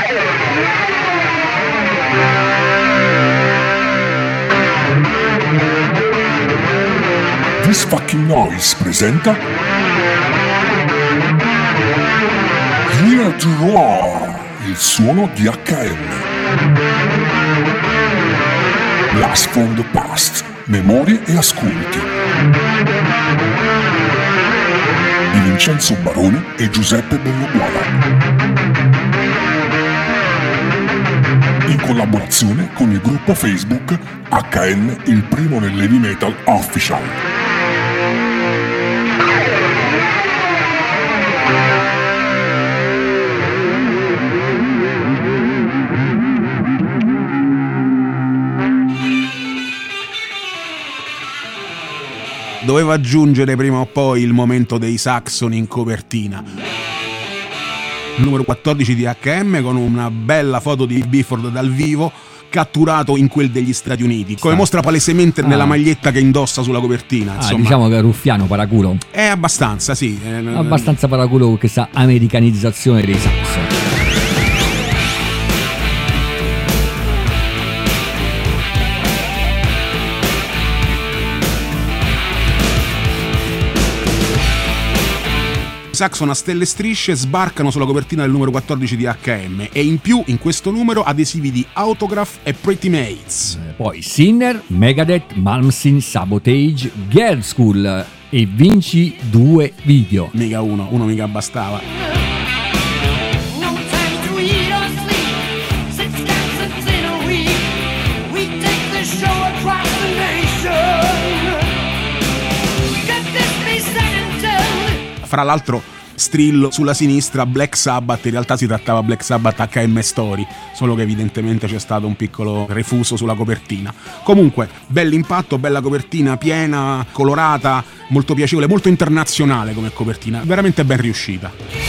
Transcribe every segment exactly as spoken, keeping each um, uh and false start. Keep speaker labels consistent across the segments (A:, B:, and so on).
A: This Fucking Noise presenta Here to Roar, il suono di acca emme. Blast from the Past, memorie e ascolti di Vincenzo Barone e Giuseppe Bellobuola, in collaborazione con il gruppo Facebook acca emme, il primo nell'heavy metal official.
B: Doveva aggiungere prima o poi il momento dei Saxon in copertina. Numero quattordici di acca emme con una bella foto di Bifford dal vivo, catturato in quel degli Stati Uniti, come mostra palesemente ah. nella maglietta che indossa sulla copertina.
C: Ah,
B: insomma.
C: Diciamo che è ruffiano, paraculo.
B: È abbastanza, sì.
C: Abbastanza paraculo con questa americanizzazione dei Saxon.
B: Saxon a stelle e strisce sbarcano sulla copertina del numero quattordici di acca emme e in più in questo numero adesivi di Autograph e Pretty Mates.
C: Poi Sinner, Megadeth, Malmsteen, Sabotage, Girl School e vinci due video.
B: Mica uno, uno mica bastava. Fra l'altro strillo sulla sinistra Black Sabbath, in realtà si trattava Black Sabbath acca emme Story, solo che evidentemente c'è stato un piccolo refuso sulla copertina. Comunque bell'impatto, bella copertina, piena, colorata, molto piacevole, molto internazionale come copertina, veramente ben riuscita.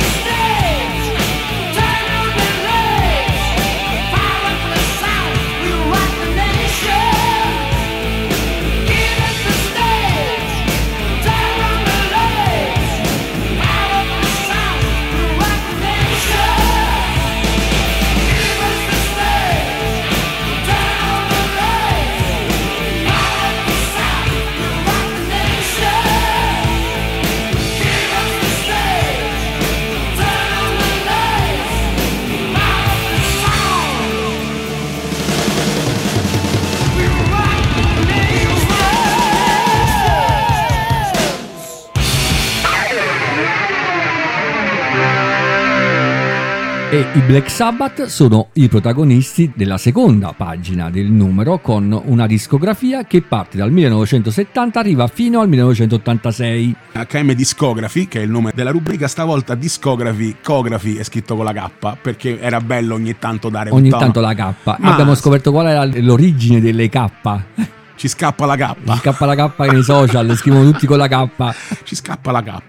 C: E i Black Sabbath sono i protagonisti della seconda pagina del numero, con una discografia che parte dal millenovecentosettanta arriva fino al millenovecentottantasei.
B: acca emme Discography, che è il nome della rubrica, stavolta Discography, Cography è scritto con la K, perché era bello ogni tanto dare un
C: ogni
B: tono.
C: tanto la K.
B: Ma
C: abbiamo scoperto qual era l'origine delle K.
B: Ci scappa la K.
C: Ci scappa la K nei social, scrivono tutti con la K.
B: Ci scappa la K.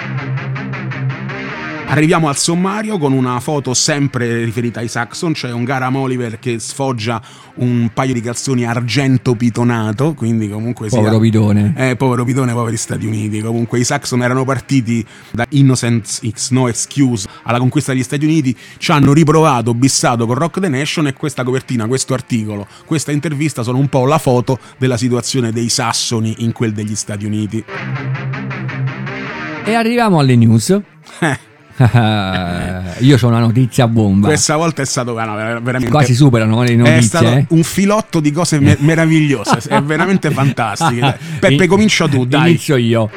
B: Arriviamo al sommario con una foto sempre riferita ai Saxon. C'è un Graham Oliver che sfoggia un paio di calzoni argento pitonato, quindi comunque
C: povero pitone.
B: Eh, povero pitone, poveri Stati Uniti. Comunque i Saxon erano partiti da Innocence X No Excuse alla conquista degli Stati Uniti, ci hanno riprovato, bissato con Rock the Nation, e questa copertina, questo articolo, questa intervista sono un po' la foto della situazione dei sassoni in quel degli Stati Uniti.
C: E arriviamo alle news.
B: Eh.
C: Io ho una notizia bomba.
B: Questa volta è stato no, veramente
C: quasi superano le notizie.
B: È stato
C: eh?
B: un filotto di cose me- meravigliose. È veramente fantastico. Peppe, comincia tu, dai.
C: Inizio io.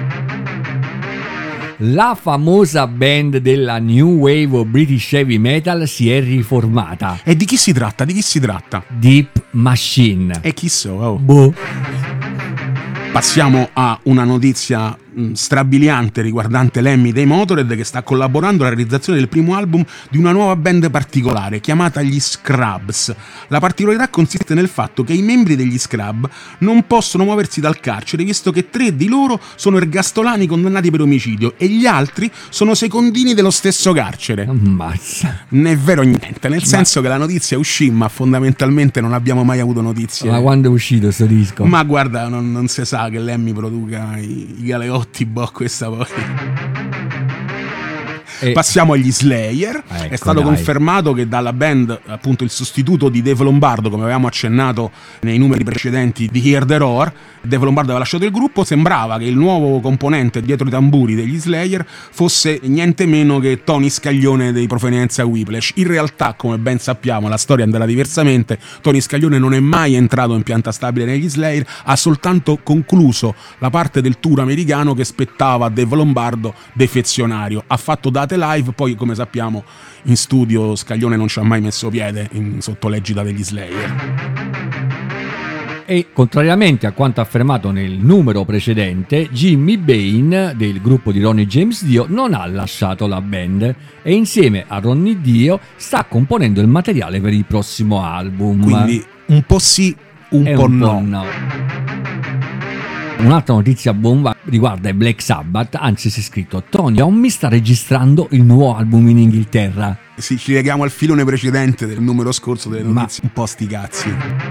C: La famosa band della New Wave of British Heavy Metal si è riformata.
B: E di chi si tratta? Di chi si tratta?
C: Deep Machine.
B: E chi so? Oh.
C: Boh.
B: Passiamo a una notizia mh, strabiliante riguardante Lemmy dei Motorhead, che sta collaborando alla realizzazione del primo album di una nuova band particolare chiamata gli Scrubs. La particolarità consiste nel fatto che i membri degli Scrub non possono muoversi dal carcere, visto che tre di loro sono ergastolani condannati per omicidio e gli altri sono secondini dello stesso carcere.
C: Ammazza.
B: Non è vero niente, nel ma... senso che la notizia uscì, ma fondamentalmente non abbiamo mai avuto notizie.
C: Ma quando è uscito sto disco?
B: Ma guarda, non, non si sa che Lemmy produca i, i galeotti, boh, questa poi E... passiamo agli Slayer.
C: Ecco,
B: è stato
C: dai.
B: confermato che dalla band, appunto, il sostituto di Dave Lombardo, come avevamo accennato nei numeri precedenti di Hear the Roar, Dave Lombardo aveva lasciato il gruppo. Sembrava che il nuovo componente dietro i tamburi degli Slayer fosse niente meno che Tony Scaglione dei Provenienza Whiplash. In realtà, come ben sappiamo, la storia andrà diversamente. Tony Scaglione non è mai entrato in pianta stabile negli Slayer, ha soltanto concluso la parte del tour americano che spettava a Dave Lombardo defezionario. Ha fatto date live, poi come sappiamo in studio Scaglione non ci ha mai messo piede in, sotto l'egida degli Slayer.
C: E contrariamente a quanto affermato nel numero precedente, Jimmy Bain del gruppo di Ronnie James Dio non ha lasciato la band e insieme a Ronnie Dio sta componendo il materiale per il prossimo album.
B: Quindi un po' sì, un, po',
C: un
B: no.
C: po' no. Un'altra notizia bomba riguarda i Black Sabbath, anzi si è scritto: Tony Iommi sta registrando il nuovo album in Inghilterra.
B: Sì, ci leghiamo al filone precedente del numero scorso delle notizie. Ma... un po' sti cazzi.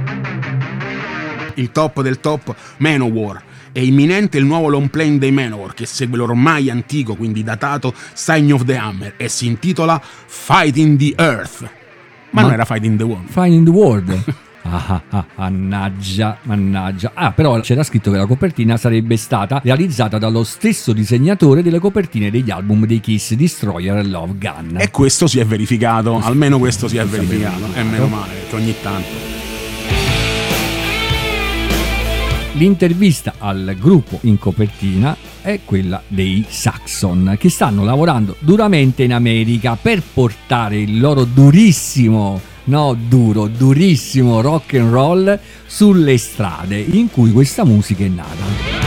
B: Il top del top, Manowar. È imminente il nuovo long playing dei Manowar, che segue l'ormai antico, quindi datato, Sign of the Hammer e si intitola Fighting the Earth. Ma, Ma non era Fighting the World.
C: Fighting the World. Ah, ah, mannaggia, mannaggia. Ah, però c'era scritto che la copertina sarebbe stata realizzata dallo stesso disegnatore delle copertine degli album dei Kiss, Destroyer e Love Gun.
B: E questo si è verificato, almeno questo si è verificato, e meno male, che ogni tanto.
C: L'intervista al gruppo in copertina è quella dei Saxon, che stanno lavorando duramente in America per portare il loro durissimo, no duro, durissimo rock and roll sulle strade in cui questa musica è nata.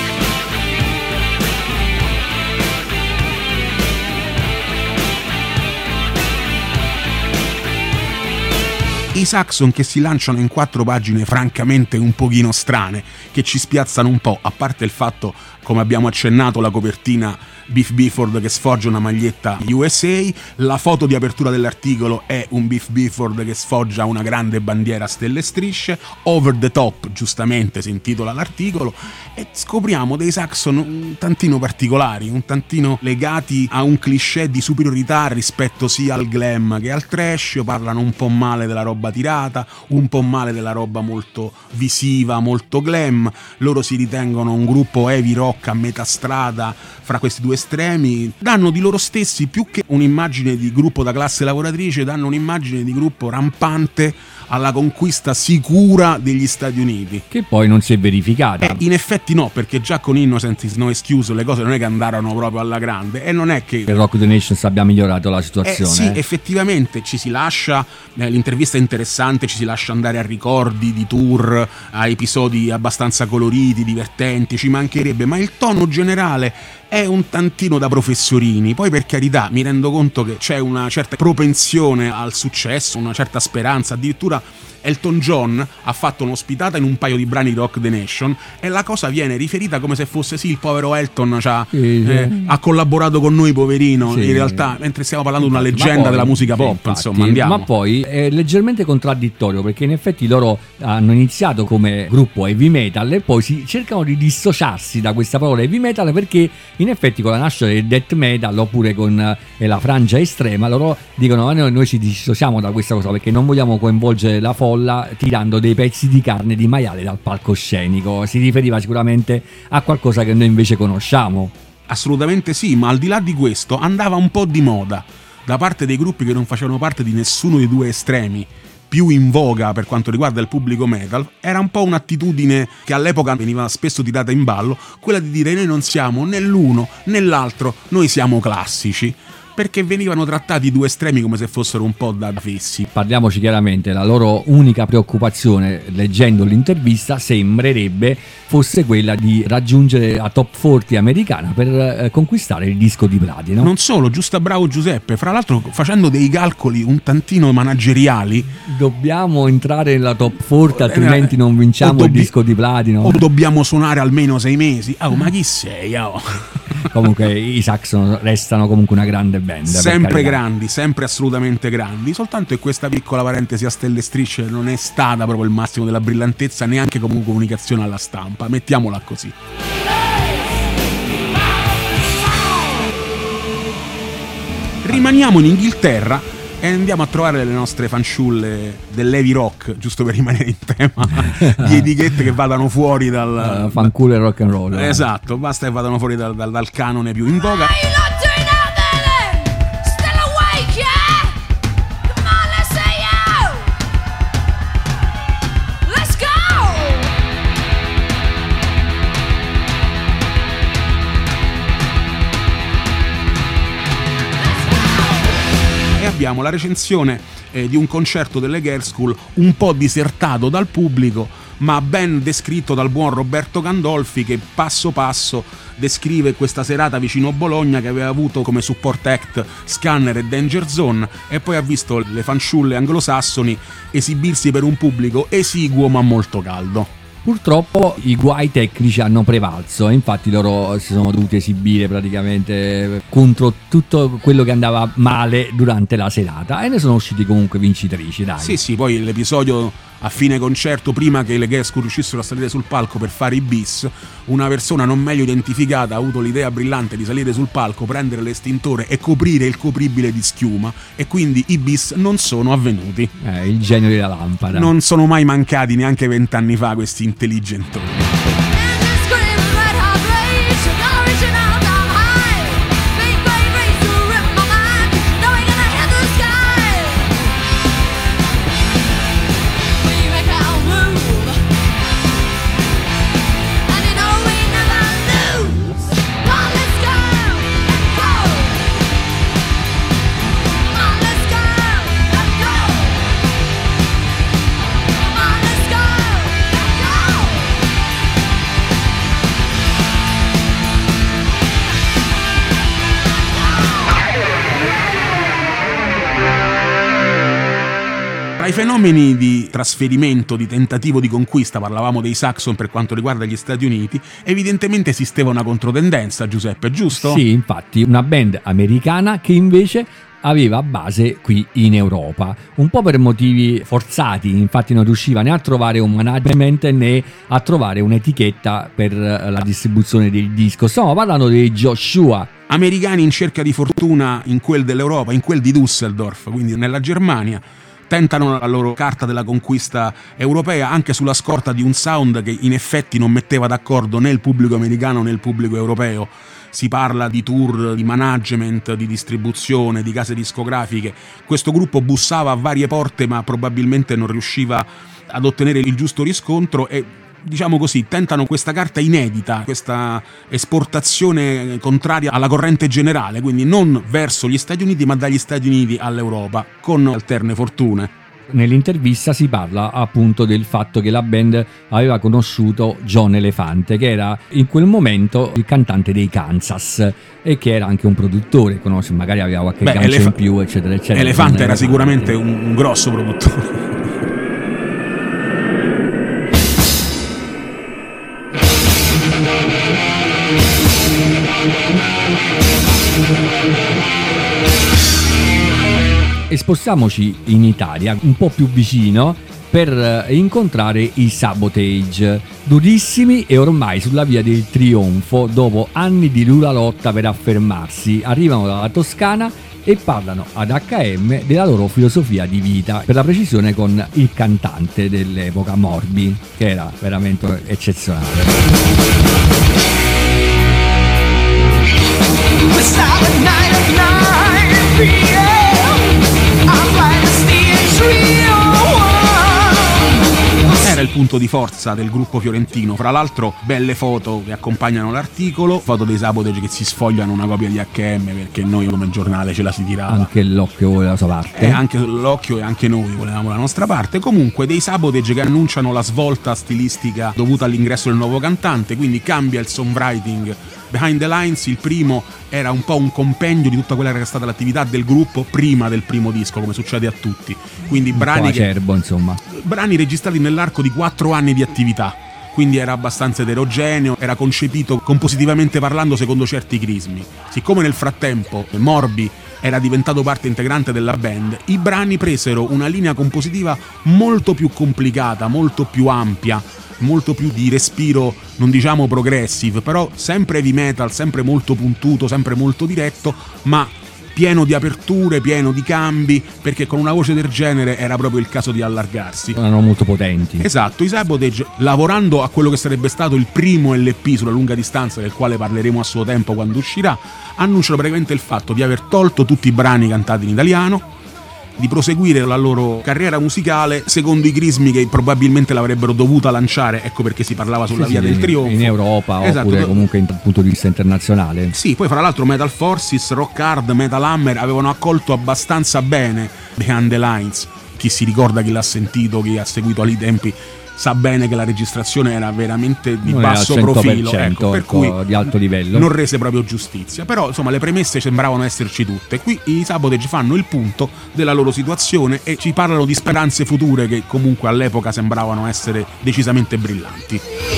B: I Saxon che si lanciano in quattro pagine francamente un pochino strane, che ci spiazzano un po', a parte il fatto, come abbiamo accennato, la copertina Biff Bifford che sfoggia una maglietta U S A, la foto di apertura dell'articolo è un Biff Bifford che sfoggia una grande bandiera a stelle e strisce, Over the Top giustamente si intitola l'articolo, e scopriamo dei Saxon un tantino particolari, un tantino legati a un cliché di superiorità rispetto sia al glam che al trash. Parlano un po' male della roba tirata, un po' male della roba molto visiva, molto glam. Loro si ritengono un gruppo heavy rock a metà strada fra questi due estremi. Danno di loro stessi, più che un'immagine di gruppo da classe lavoratrice, danno un'immagine di gruppo rampante alla conquista sicura degli Stati Uniti,
C: che poi non si è verificata.
B: Eh, in effetti no, perché già con Innocent is No Excuse le cose non è che andarono proprio alla grande, e non è che
C: il Rock the Nations abbia migliorato la situazione.
B: Eh, sì,
C: eh.
B: effettivamente ci si lascia, eh, l'intervista è interessante, ci si lascia andare a ricordi di tour, a episodi abbastanza coloriti, divertenti, ci mancherebbe, ma il tono generale è un tantino da professorini. Poi, per carità, mi rendo conto che c'è una certa propensione al successo, una certa speranza. Addirittura Elton John ha fatto un'ospitata in un paio di brani di Rock the Nation e la cosa viene riferita come se fosse sì, il povero Elton c'ha,
C: sì, sì.
B: Eh, ha collaborato con noi poverino,
C: sì.
B: In realtà, mentre stiamo parlando di una leggenda poi, della musica pop, sì, infatti, insomma, andiamo.
C: Ma poi è leggermente contraddittorio, perché in effetti loro hanno iniziato come gruppo heavy metal e poi si cercano di dissociarsi da questa parola heavy metal, perché in effetti con la nascita del death metal oppure con eh, la frangia estrema loro dicono ma noi, noi ci dissociamo da questa cosa perché non vogliamo coinvolgere la folla tirando dei pezzi di carne di maiale dal palcoscenico. Si riferiva sicuramente a qualcosa che noi invece conosciamo.
B: Assolutamente sì, ma al di là di questo andava un po' di moda da parte dei gruppi che non facevano parte di nessuno dei due estremi più in voga per quanto riguarda il pubblico metal. Era un po' un'attitudine che all'epoca veniva spesso tirata in ballo, quella di dire noi non siamo né l'uno né l'altro, noi siamo classici, perché venivano trattati i due estremi come se fossero un po' da fessi.
C: Parliamoci chiaramente, la loro unica preoccupazione, leggendo l'intervista, sembrerebbe fosse quella di raggiungere la top quaranta americana per eh, conquistare il disco di platino.
B: Non solo, giusto bravo Giuseppe, fra l'altro facendo dei calcoli un tantino manageriali.
C: Dobbiamo entrare nella top quaranta, altrimenti non vinciamo dobbi- il disco di platino.
B: O dobbiamo suonare almeno sei mesi. Oh, ma chi sei? Oh.
C: Comunque i Saxon restano comunque una grande band,
B: sempre grandi, sempre assolutamente grandi, soltanto che questa piccola parentesi a stelle e strisce non è stata proprio il massimo della brillantezza, neanche come comunicazione alla stampa, mettiamola così. Rimaniamo in Inghilterra e andiamo a trovare le nostre fanciulle dell'heavy rock, giusto per rimanere in tema di etichette che vadano fuori dal...
C: Uh, fanculo e rock and roll.
B: Esatto, basta che vadano fuori dal, dal, dal canone più in voga. Abbiamo la recensione eh, di un concerto delle Girls School un po' disertato dal pubblico, ma ben descritto dal buon Roberto Gandolfi, che passo passo descrive questa serata vicino Bologna, che aveva avuto come support act Scanner e Danger Zone, e poi ha visto le fanciulle anglosassoni esibirsi per un pubblico esiguo ma molto caldo.
C: Purtroppo i guai tecnici hanno prevalso e infatti loro si sono dovuti esibire praticamente contro tutto quello che andava male durante la serata e ne sono usciti comunque vincitrici, dai.
B: Sì, sì, poi l'episodio a fine concerto, prima che le Girls School riuscissero a salire sul palco per fare i bis, una persona non meglio identificata ha avuto l'idea brillante di salire sul palco, prendere l'estintore e coprire il copribile di schiuma, e quindi i bis non sono avvenuti.
C: Eh, il genio della lampada.
B: Non sono mai mancati neanche vent'anni fa questi intelligentori. Tra i fenomeni di trasferimento, di tentativo di conquista, parlavamo dei Saxon per quanto riguarda gli Stati Uniti, evidentemente esisteva una controtendenza, Giuseppe, giusto?
C: Sì, infatti, una band americana che invece aveva base qui in Europa, un po' per motivi forzati, infatti non riusciva né a trovare un management né a trovare un'etichetta per la distribuzione del disco. Stiamo parlando di Joshua.
B: Americani in cerca di fortuna in quel dell'Europa, in quel di Düsseldorf, quindi nella Germania, tentano la loro carta della conquista europea anche sulla scorta di un sound che in effetti non metteva d'accordo né il pubblico americano né il pubblico europeo. Si parla di tour, di management, di distribuzione, di case discografiche. Questo gruppo bussava a varie porte ma probabilmente non riusciva ad ottenere il giusto riscontro e, diciamo così, tentano questa carta inedita, questa esportazione contraria alla corrente generale, quindi non verso gli Stati Uniti ma dagli Stati Uniti all'Europa, con alterne fortune.
C: Nell'intervista si parla appunto del fatto che la band aveva conosciuto John Elefante, che era in quel momento il cantante dei Kansas e che era anche un produttore, conosce, magari aveva qualche
B: Beh,
C: gancio
B: Elef-
C: in più, eccetera eccetera.
B: Elefante era sicuramente un, un grosso produttore.
C: E spostiamoci in Italia, un po' più vicino, per incontrare i Sabotage, durissimi e ormai sulla via del trionfo dopo anni di dura lotta per affermarsi. Arrivano dalla Toscana e parlano ad acca emme della loro filosofia di vita, per la precisione con il cantante dell'epoca Morbi, che era veramente eccezionale.
B: Era il punto di forza del gruppo fiorentino. Fra l'altro, belle foto che accompagnano l'articolo, foto dei Sabotage che si sfogliano una copia di acca emme, perché noi come giornale ce la si tirava.
C: Anche l'occhio voleva la sua parte.
B: E anche l'occhio e anche noi volevamo la nostra parte. Comunque dei Sabotage che annunciano la svolta stilistica dovuta all'ingresso del nuovo cantante, quindi cambia il songwriting. Behind the Lines, il primo, era un po' un compendio di tutta quella che era stata l'attività del gruppo prima del primo disco, come succede a tutti. Quindi
C: un
B: brani,
C: po' acerbo, insomma.
B: brani registrati nell'arco di quattro anni di attività, quindi era abbastanza eterogeneo, era concepito compositivamente parlando secondo certi crismi. Siccome nel frattempo Morbi era diventato parte integrante della band, i brani presero una linea compositiva molto più complicata, molto più ampia, molto più di respiro, non diciamo progressive, però sempre heavy metal, sempre molto puntuto, sempre molto diretto, ma pieno di aperture, pieno di cambi, perché con una voce del genere era proprio il caso di allargarsi.
C: Erano molto potenti.
B: Esatto, i Sabotage, lavorando a quello che sarebbe stato il primo L P sulla lunga distanza, del quale parleremo a suo tempo quando uscirà, annunciano praticamente il fatto di aver tolto tutti i brani cantati in italiano, di proseguire la loro carriera musicale secondo i crismi che probabilmente l'avrebbero dovuta lanciare, ecco perché si parlava sulla
C: sì,
B: via
C: sì,
B: del trionfo
C: in Europa,
B: esatto,
C: oppure comunque in, dal punto di vista internazionale.
B: Sì, poi fra l'altro Metal Forces, Rock Hard, Metal Hammer avevano accolto abbastanza bene Behind the Lines. Chi si ricorda, chi l'ha sentito, chi ha seguito ai tempi sa bene che la registrazione era veramente di
C: non
B: basso profilo, ecco, per
C: ecco,
B: cui
C: di alto livello,
B: non rese proprio giustizia, però insomma le premesse sembravano esserci tutte. Qui i Sabotage fanno il punto della loro situazione e ci parlano di speranze future che comunque all'epoca sembravano essere decisamente brillanti.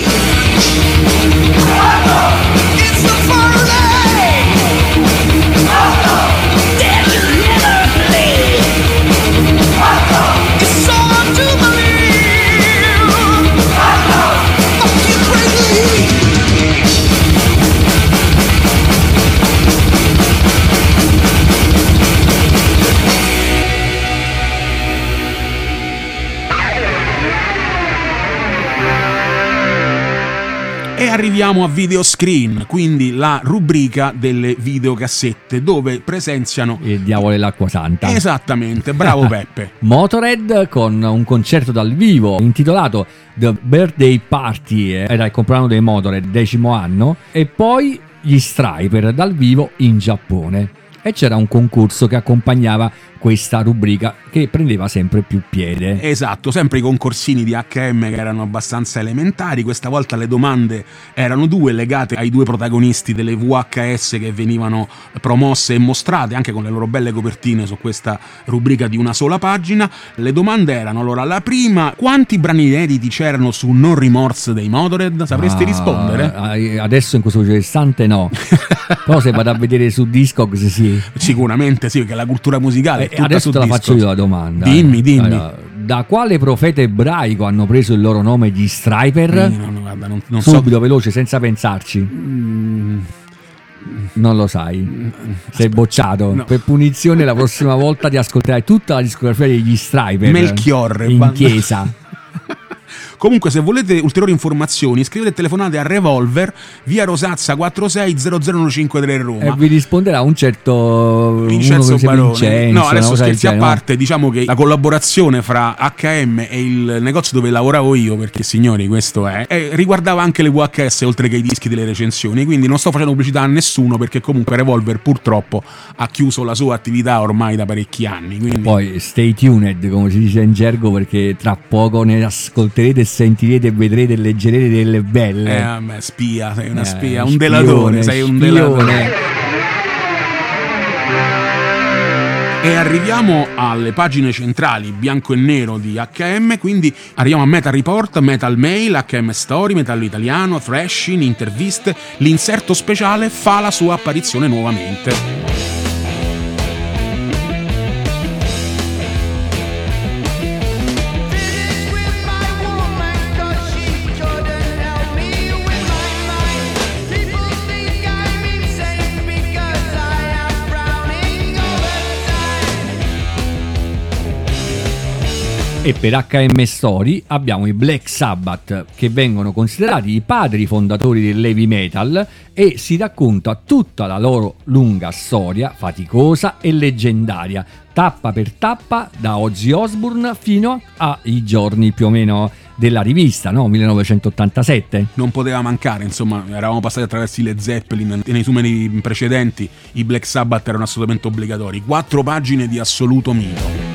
B: E arriviamo a Video Screen, quindi la rubrica delle videocassette dove presenziano
C: il diavolo e l'acqua santa.
B: Esattamente, bravo Peppe.
C: Motorhead con un concerto dal vivo intitolato The Birthday Party, era il compleanno dei Motorhead, decimo anno, e poi gli Stryper dal vivo in Giappone. E c'era un concorso che accompagnava questa rubrica che prendeva sempre più piede.
B: Esatto, sempre i concorsini di acca emme che erano abbastanza elementari. Questa volta le domande erano due, legate ai due protagonisti delle vu acca esse che venivano promosse e mostrate anche con le loro belle copertine su questa rubrica di una sola pagina. Le domande erano, allora, la prima: quanti brani inediti c'erano su No Remorse dei Motorhead? Sapresti
C: ah,
B: rispondere?
C: Adesso in questo istante no. Però se vado a vedere su Discogs sì.
B: Sicuramente sì, perché la cultura musicale è tutta
C: adesso
B: su
C: te la
B: Discogs.
C: faccio io la domanda.
B: Dimmi, dimmi.
C: Allora, da quale profeta ebraico hanno preso il loro nome gli Stryper?
B: Eh, no, no, guarda, non, non
C: Subito,
B: so.
C: veloce, senza pensarci.
B: Mm.
C: Non lo sai. Sei bocciato.
B: No.
C: Per punizione la prossima volta ti ascolterai tutta la discografia degli Stryper.
B: Melchiorre
C: in
B: band-
C: chiesa.
B: Comunque, se volete ulteriori informazioni, scrivete e telefonate a Revolver, via Rosazza quarantasei zero zero cinquantatré Roma.
C: E vi risponderà un certo
B: Vincenzo Barone.
C: Vincenzo,
B: no, adesso scherzi a
C: genere,
B: parte, no? Diciamo che la collaborazione fra acca emme e il negozio dove lavoravo io, perché signori questo è, è riguardava anche le vu acca esse oltre che i dischi delle recensioni, quindi non sto facendo pubblicità a nessuno, perché comunque Revolver purtroppo ha chiuso la sua attività ormai da parecchi anni. Quindi...
C: Poi stay tuned, come si dice in gergo, perché tra poco ne ascolterete, sentirete, vedrete e leggerete delle belle.
B: Eh vabbè, spia, sei una
C: eh,
B: spia, un
C: spione,
B: delatore, sei un
C: spione.
B: delatore. E arriviamo alle pagine centrali bianco e nero di acca emme, quindi arriviamo a Metal Report, Metal Mail, acca emme Story, Metallo Italiano, Thrashing, interviste. L'inserto speciale fa la sua apparizione nuovamente.
C: E per acca emme Story abbiamo i Black Sabbath, che vengono considerati i padri fondatori dell'heavy metal, e si racconta tutta la loro lunga storia, faticosa e leggendaria, tappa per tappa, da Ozzy Osbourne fino ai giorni più o meno della rivista, no? millenovecentottantasette.
B: Non poteva mancare, insomma, eravamo passati attraverso i Led Zeppelin e nei numeri precedenti i Black Sabbath erano assolutamente obbligatori. Quattro pagine di assoluto mito.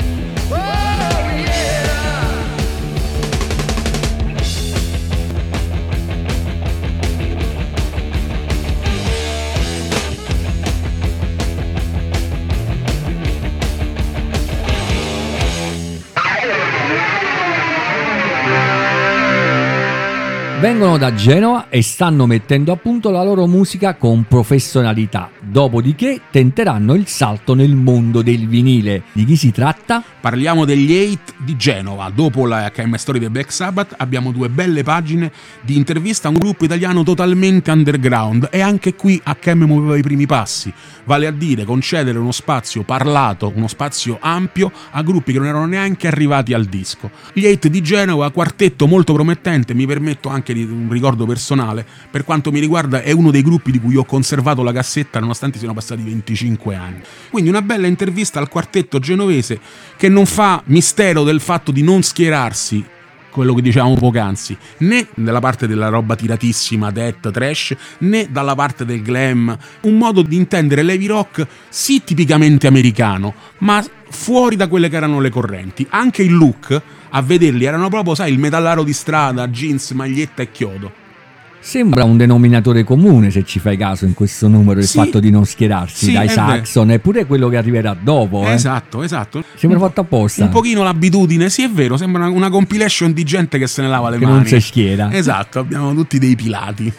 C: Vengono da Genova e stanno mettendo a punto la loro musica con professionalità, dopodiché tenteranno il salto nel mondo del vinile. Di chi si tratta?
B: Parliamo degli Eight di Genova. Dopo la H M Story dei Black Sabbath abbiamo due belle pagine di intervista a un gruppo italiano totalmente underground, e anche qui H M muoveva i primi passi, vale a dire concedere uno spazio parlato, uno spazio ampio a gruppi che non erano neanche arrivati al disco. Gli Eight di Genova, quartetto molto promettente, mi permetto anche di un ricordo personale, per quanto mi riguarda è uno dei gruppi di cui ho conservato la cassetta nonostante siano passati venticinque anni. Quindi una bella intervista al quartetto genovese che non fa mistero del fatto di non schierarsi, quello che dicevamo poc'anzi, né nella parte della roba tiratissima, death, trash, né dalla parte del glam, un modo di intendere l'heavy rock sì tipicamente americano, ma fuori da quelle che erano le correnti. Anche il look, a vederli, erano proprio, sai, il metallaro di strada, jeans, maglietta e chiodo.
C: Sembra un denominatore comune, se ci fai caso, in questo numero, il
B: sì,
C: fatto di non schierarsi,
B: sì,
C: dai Saxon, eppure quello che arriverà dopo. Eh.
B: Esatto, esatto.
C: Sembra fatto apposta.
B: Un pochino l'abitudine, sì è vero, sembra una, una compilation di gente che se ne lava le
C: che
B: mani.
C: non si schiera.
B: Esatto, abbiamo tutti dei pilati.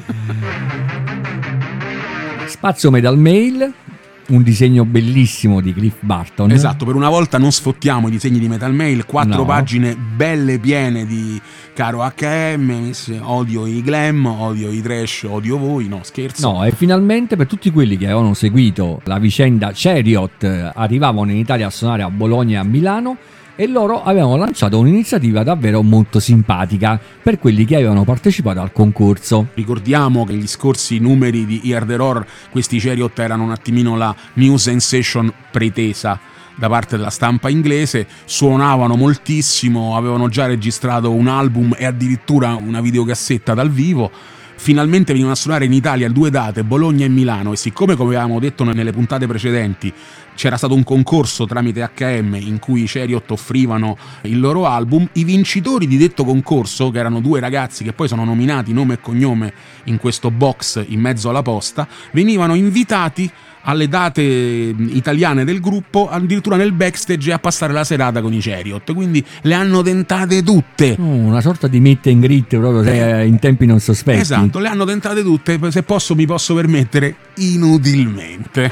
C: Spazio Metal Mail, un disegno bellissimo di Cliff Barton.
B: Esatto, per una volta non sfottiamo i disegni di Metal Mail, quattro
C: No.
B: pagine belle piene di caro H M, odio i glam, odio i trash, odio voi, no scherzo.
C: No, e finalmente per tutti quelli che avevano seguito la vicenda Chariot, arrivavano in Italia a suonare a Bologna e a Milano, e loro avevano lanciato un'iniziativa davvero molto simpatica per quelli che avevano partecipato al concorso.
B: Ricordiamo che gli scorsi numeri di Hear the Roar, questi Chariot erano un attimino la new sensation pretesa da parte della stampa inglese, suonavano moltissimo, avevano già registrato un album e addirittura una videocassetta dal vivo. Finalmente venivano a suonare in Italia due date, Bologna e Milano, e siccome, come avevamo detto nelle puntate precedenti, c'era stato un concorso tramite H M in cui i Chariot offrivano il loro album, i vincitori di detto concorso, che erano due ragazzi che poi sono nominati nome e cognome in questo box in mezzo alla posta, venivano invitati alle date italiane del gruppo, addirittura nel backstage, a passare la serata con i Chariot, quindi le hanno tentate tutte.
C: Oh, una sorta di meet and greet proprio eh, in tempi non sospetti.
B: Esatto, le hanno tentate tutte, se posso mi posso permettere, inutilmente.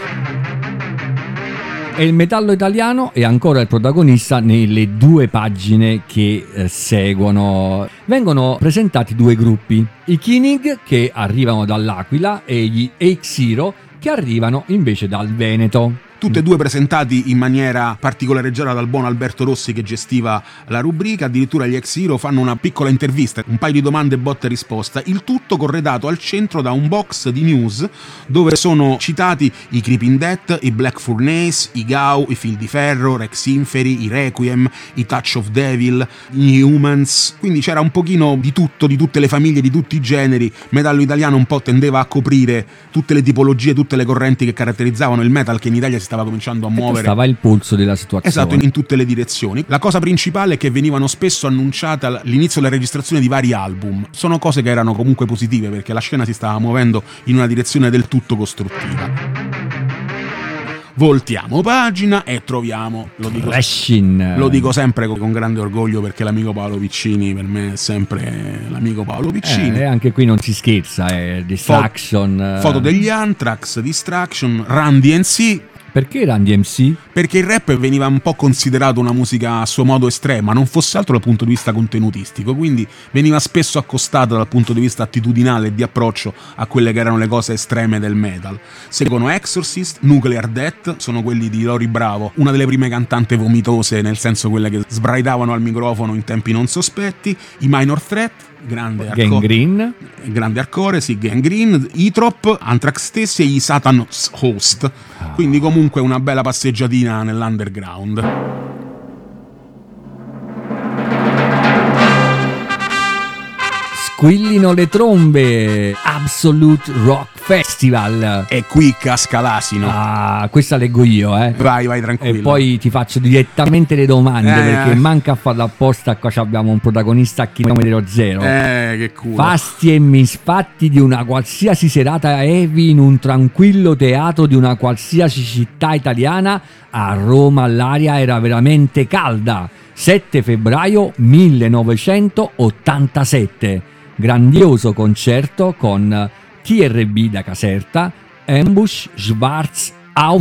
C: E il metallo italiano è ancora il protagonista nelle due pagine che eh, seguono. Vengono presentati due gruppi, i Kinig, che arrivano dall'Aquila, e gli X-Zero, che arrivano invece dal Veneto.
B: Tutti e due presentati in maniera particolareggiata dal buon Alberto Rossi, che gestiva la rubrica. Addirittura gli X-Zero fanno una piccola intervista, un paio di domande botta e risposta, il tutto corredato al centro da un box di news dove sono citati i Creeping Death, i Black Furnace, i Gau, i Fil di Ferro, Rex Inferi, i Requiem, i Touch of Devil, gli Humans. Quindi c'era un pochino di tutto, di tutte le famiglie, di tutti i generi. Metallo italiano un po' tendeva a coprire tutte le tipologie, tutte le correnti che caratterizzavano il metal, che in Italia si stava cominciando a muovere.
C: Stava il polso della situazione.
B: Esatto, in, in tutte le direzioni. La cosa principale è che venivano spesso annunciate all'inizio della registrazione di vari album. Sono cose che erano comunque positive, perché la scena si stava muovendo in una direzione del tutto costruttiva. Voltiamo pagina e troviamo, lo dico, lo dico sempre con grande orgoglio, perché l'amico Paolo Piccini per me è sempre l'amico Paolo Piccini.
C: Eh, e anche qui non si scherza, eh. Distraction.
B: Foto degli Anthrax, Distraction, Run D M C.
C: Perché Run D M C?
B: Perché il rap veniva un po' considerato una musica a suo modo estrema, non fosse altro dal punto di vista contenutistico, quindi veniva spesso accostata dal punto di vista attitudinale e di approccio a quelle che erano le cose estreme del metal. Seguono Exorcist, Nuclear Death, sono quelli di Lori Bravo, una delle prime cantanti vomitose, nel senso quelle che sbraitavano al microfono in tempi non sospetti, i Minor Threat, grande hardcore,
C: Gangrene,
B: grande hardcore, sì, Gangrene, i Trop, Anthrax stessi e i Satan's Host. Quindi comunque una bella passeggiatina nell'underground.
C: Squillino le trombe, Absolute Rock Festival.
B: E qui casca l'asino.
C: Ah, questa leggo io, eh.
B: Vai, vai tranquillo.
C: E poi ti faccio direttamente le domande,
B: eh,
C: perché
B: eh.
C: manca a farlo apposta. Qua abbiamo un protagonista a chilometro zero.
B: Eh, che culo.
C: Fasti e misfatti di una qualsiasi serata heavy in un tranquillo teatro di una qualsiasi città italiana. A Roma l'aria era veramente calda. sette febbraio millenovecentottantasette. grandioso concerto con T R B da Caserta, Ambush, Schwarz,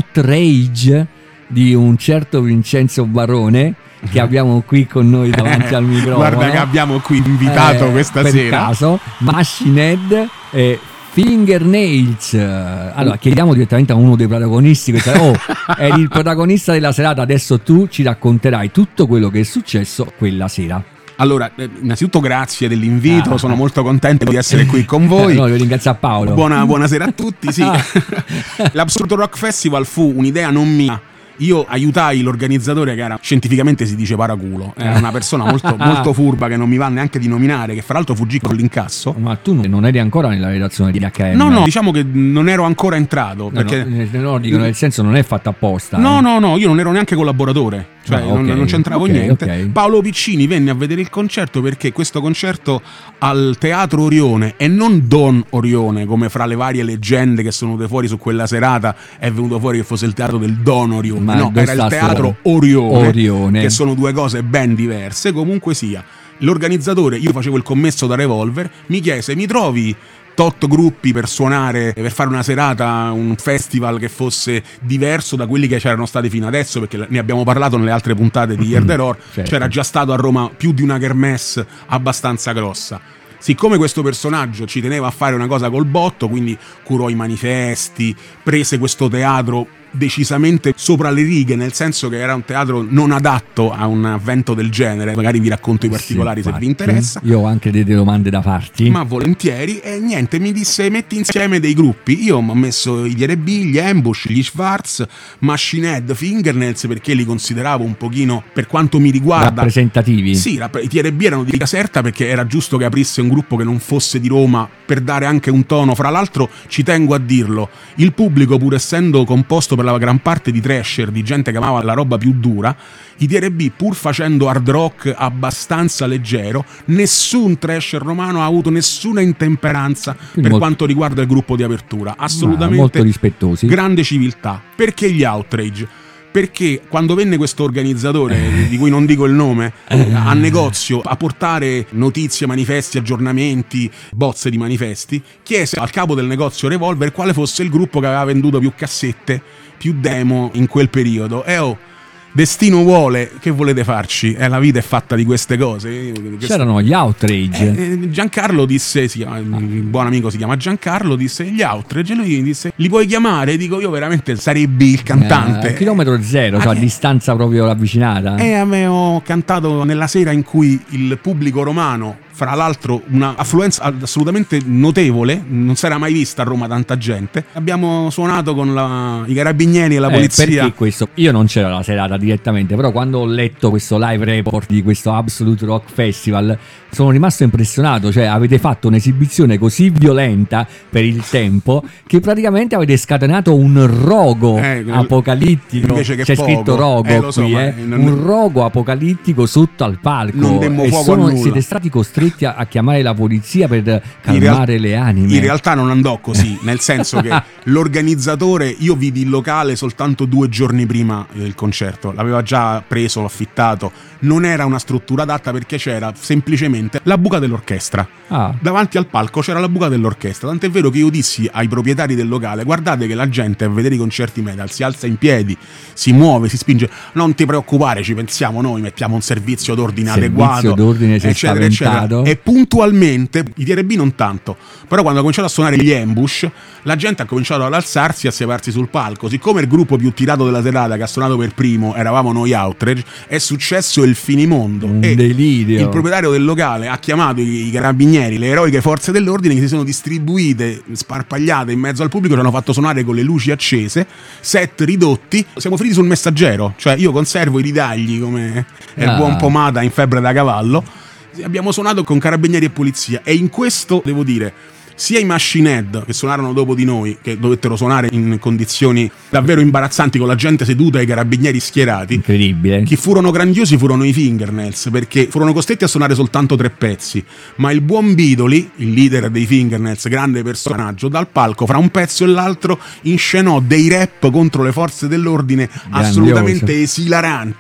C: Outrage di un certo Vincenzo Barone, che abbiamo qui con noi davanti al microfono.
B: Guarda che abbiamo qui invitato
C: eh,
B: questa
C: per
B: sera.
C: Caso, Machine Head e Fingernails. Allora chiediamo direttamente a uno dei protagonisti questa... oh, eri il protagonista della serata, adesso tu ci racconterai tutto quello che è successo quella sera.
B: Allora, eh, innanzitutto grazie dell'invito,
C: Ah.
B: sono molto contento di essere qui con voi.
C: No, ringrazio a Paolo.
B: Buona, buonasera a tutti, sì. L'Absurdo Rock Festival fu un'idea non mia. Io aiutai l'organizzatore, che era scientificamente si dice paraculo, era una persona molto, molto furba che non mi va neanche di nominare, che fra l'altro fuggì con l'incasso.
C: Ma tu non eri ancora nella redazione di H M?
B: No, no, diciamo che non ero ancora entrato.
C: No,
B: Perché...
C: no, no, dico, nel senso non è fatta apposta.
B: No,
C: eh.
B: no, no, io non ero neanche collaboratore, cioè
C: Ah,
B: non,
C: ok,
B: non c'entravo
C: ok,
B: niente.
C: ok.
B: Paolo Piccini venne a vedere il concerto perché questo concerto al Teatro Orione, e non Don Orione, come fra le varie leggende che sono venute fuori su quella serata è venuto fuori che fosse il teatro del Don Orione.
C: Ma
B: no,
C: dove
B: era
C: sta
B: il Teatro
C: sto-
B: Orione,
C: Orione.
B: che sono due cose ben diverse. Comunque sia, l'organizzatore, io facevo il commesso da Revolver, mi chiese: mi trovi tot gruppi per suonare, per fare una serata, un festival che fosse diverso da quelli che c'erano stati fino adesso, perché ne abbiamo parlato nelle altre puntate di Year Terror.
C: Certo.
B: C'era già stato a Roma più di una kermesse abbastanza grossa. Siccome questo personaggio ci teneva a fare una cosa col botto, quindi curò i manifesti, prese questo teatro decisamente sopra le righe, nel senso che era un teatro non adatto a un evento del genere. Magari vi racconto i particolari
C: Sì,
B: se vi
C: infatti.
B: interessa.
C: Io ho anche delle domande da farti.
B: Ma volentieri. E niente, mi disse: metti insieme dei gruppi. Io mi ho messo gli R B, gli Ambush, gli Schwarz, Machine Head, Fingernails, perché li consideravo un pochino, per quanto mi riguarda,
C: rappresentativi.
B: sì, rapp- i T R B erano di Caserta, perché era giusto che aprisse un gruppo che non fosse di Roma, per dare anche un tono. Fra l'altro ci tengo a dirlo, il pubblico, pur essendo composto per la gran parte di thrasher, di gente che amava la roba più dura, i T R B, pur facendo hard rock abbastanza leggero, nessun thrasher romano ha avuto nessuna intemperanza per
C: molto-
B: quanto riguarda il gruppo di apertura.
C: Ma
B: Assolutamente
C: molto rispettosi.
B: grande civiltà. Perché gli Outrage? Perché quando venne questo organizzatore, di cui non dico il nome, a negozio a portare notizie, manifesti, aggiornamenti, bozze di manifesti, chiese al capo del negozio Revolver quale fosse il gruppo che aveva venduto più cassette, più demo in quel periodo. E oh, destino vuole, che volete farci? Eh, la vita è fatta di queste cose.
C: C'erano gli Outrage.
B: Eh, Giancarlo disse, si chiama, il buon amico si chiama Giancarlo, disse gli Outrage, e lui mi disse: li puoi chiamare? Dico, io veramente sarebbe il cantante.
C: Eh, chilometro zero,
B: Ah,
C: cioè a
B: che-
C: distanza proprio ravvicinata.
B: E avevo cantato nella sera in cui il pubblico romano, fra l'altro una affluenza assolutamente notevole, non si era mai vista a Roma tanta gente. Abbiamo suonato con la- i carabinieri e la
C: Eh,
B: polizia.
C: perché questo? Io non c'ero la serata direttamente, però quando ho letto questo live report di questo Absolute Rock Festival sono rimasto impressionato. Cioè, avete fatto un'esibizione così violenta per il tempo che praticamente avete scatenato un rogo
B: Eh,
C: apocalittico.
B: invece che
C: C'è
B: poco.
C: scritto rogo
B: Eh, lo so,
C: qui,
B: ma
C: eh.
B: non-
C: un rogo apocalittico sotto al palco.
B: Non demmo
C: e
B: fuoco a
C: sono-
B: nulla.
C: siete stati costretti a, a chiamare la polizia per
B: In
C: calmare
B: real-
C: le anime.
B: In realtà non andò così, nel senso che l'organizzatore, io vidi il locale soltanto due giorni prima del concerto, l'aveva già preso, affittato, non era una struttura adatta perché c'era semplicemente la buca dell'orchestra.
C: Ah.
B: Davanti al palco c'era la buca dell'orchestra, tant'è vero che io dissi ai proprietari del locale: guardate che la gente a vedere i concerti metal si alza in piedi, si muove, si spinge, non ti preoccupare, ci pensiamo noi, mettiamo un servizio d'ordine
C: Servizio
B: adeguato,
C: d'ordine, si è
B: eccetera eccetera.
C: spaventato.
B: E puntualmente, i T R B non tanto, però quando ha cominciato a suonare gli Ambush, la gente ha cominciato ad alzarsi e a separarsi sul palco. Siccome il gruppo più tirato della serata, che ha suonato per primo, eravamo noi Outrage, è successo il finimondo.
C: Un
B: e
C: delirio.
B: il proprietario del locale ha chiamato i, i carabinieri, le eroiche forze dell'ordine, che si sono distribuite, sparpagliate in mezzo al pubblico, ci hanno fatto suonare con le luci accese, set ridotti. Siamo finiti sul Messaggero, cioè io conservo i ritagli come il
C: Ah.
B: buon Pomata in Febbre da cavallo. Abbiamo suonato con carabinieri e polizia, e in questo devo dire, sia i Machine Head, che suonarono dopo di noi, che dovettero suonare in condizioni davvero imbarazzanti, con la gente seduta e i carabinieri schierati.
C: Incredibile.
B: Chi furono grandiosi furono i Fingernails, perché furono costretti a suonare soltanto tre pezzi, ma il buon Bidoli, il leader dei Fingernails, grande personaggio, dal palco fra un pezzo e l'altro inscenò dei rap contro le forze dell'ordine
C: Grandioso.
B: assolutamente esilaranti,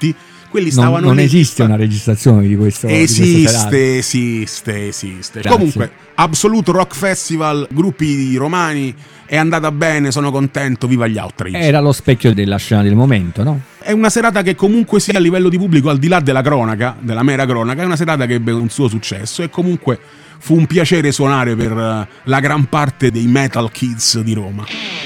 B: quelli stavano
C: non, non
B: lì.
C: esiste una registrazione di questo
B: esiste esiste esiste
C: Grazie.
B: Comunque Absolute Rock Festival, gruppi romani, è andata bene, sono contento, viva gli Outrage.
C: Era lo specchio della scena del momento, no?
B: È una serata che comunque sia a livello di pubblico, al di là della cronaca, della mera cronaca, è una serata che ebbe un suo successo e comunque fu un piacere suonare per la gran parte dei metal kids di Roma.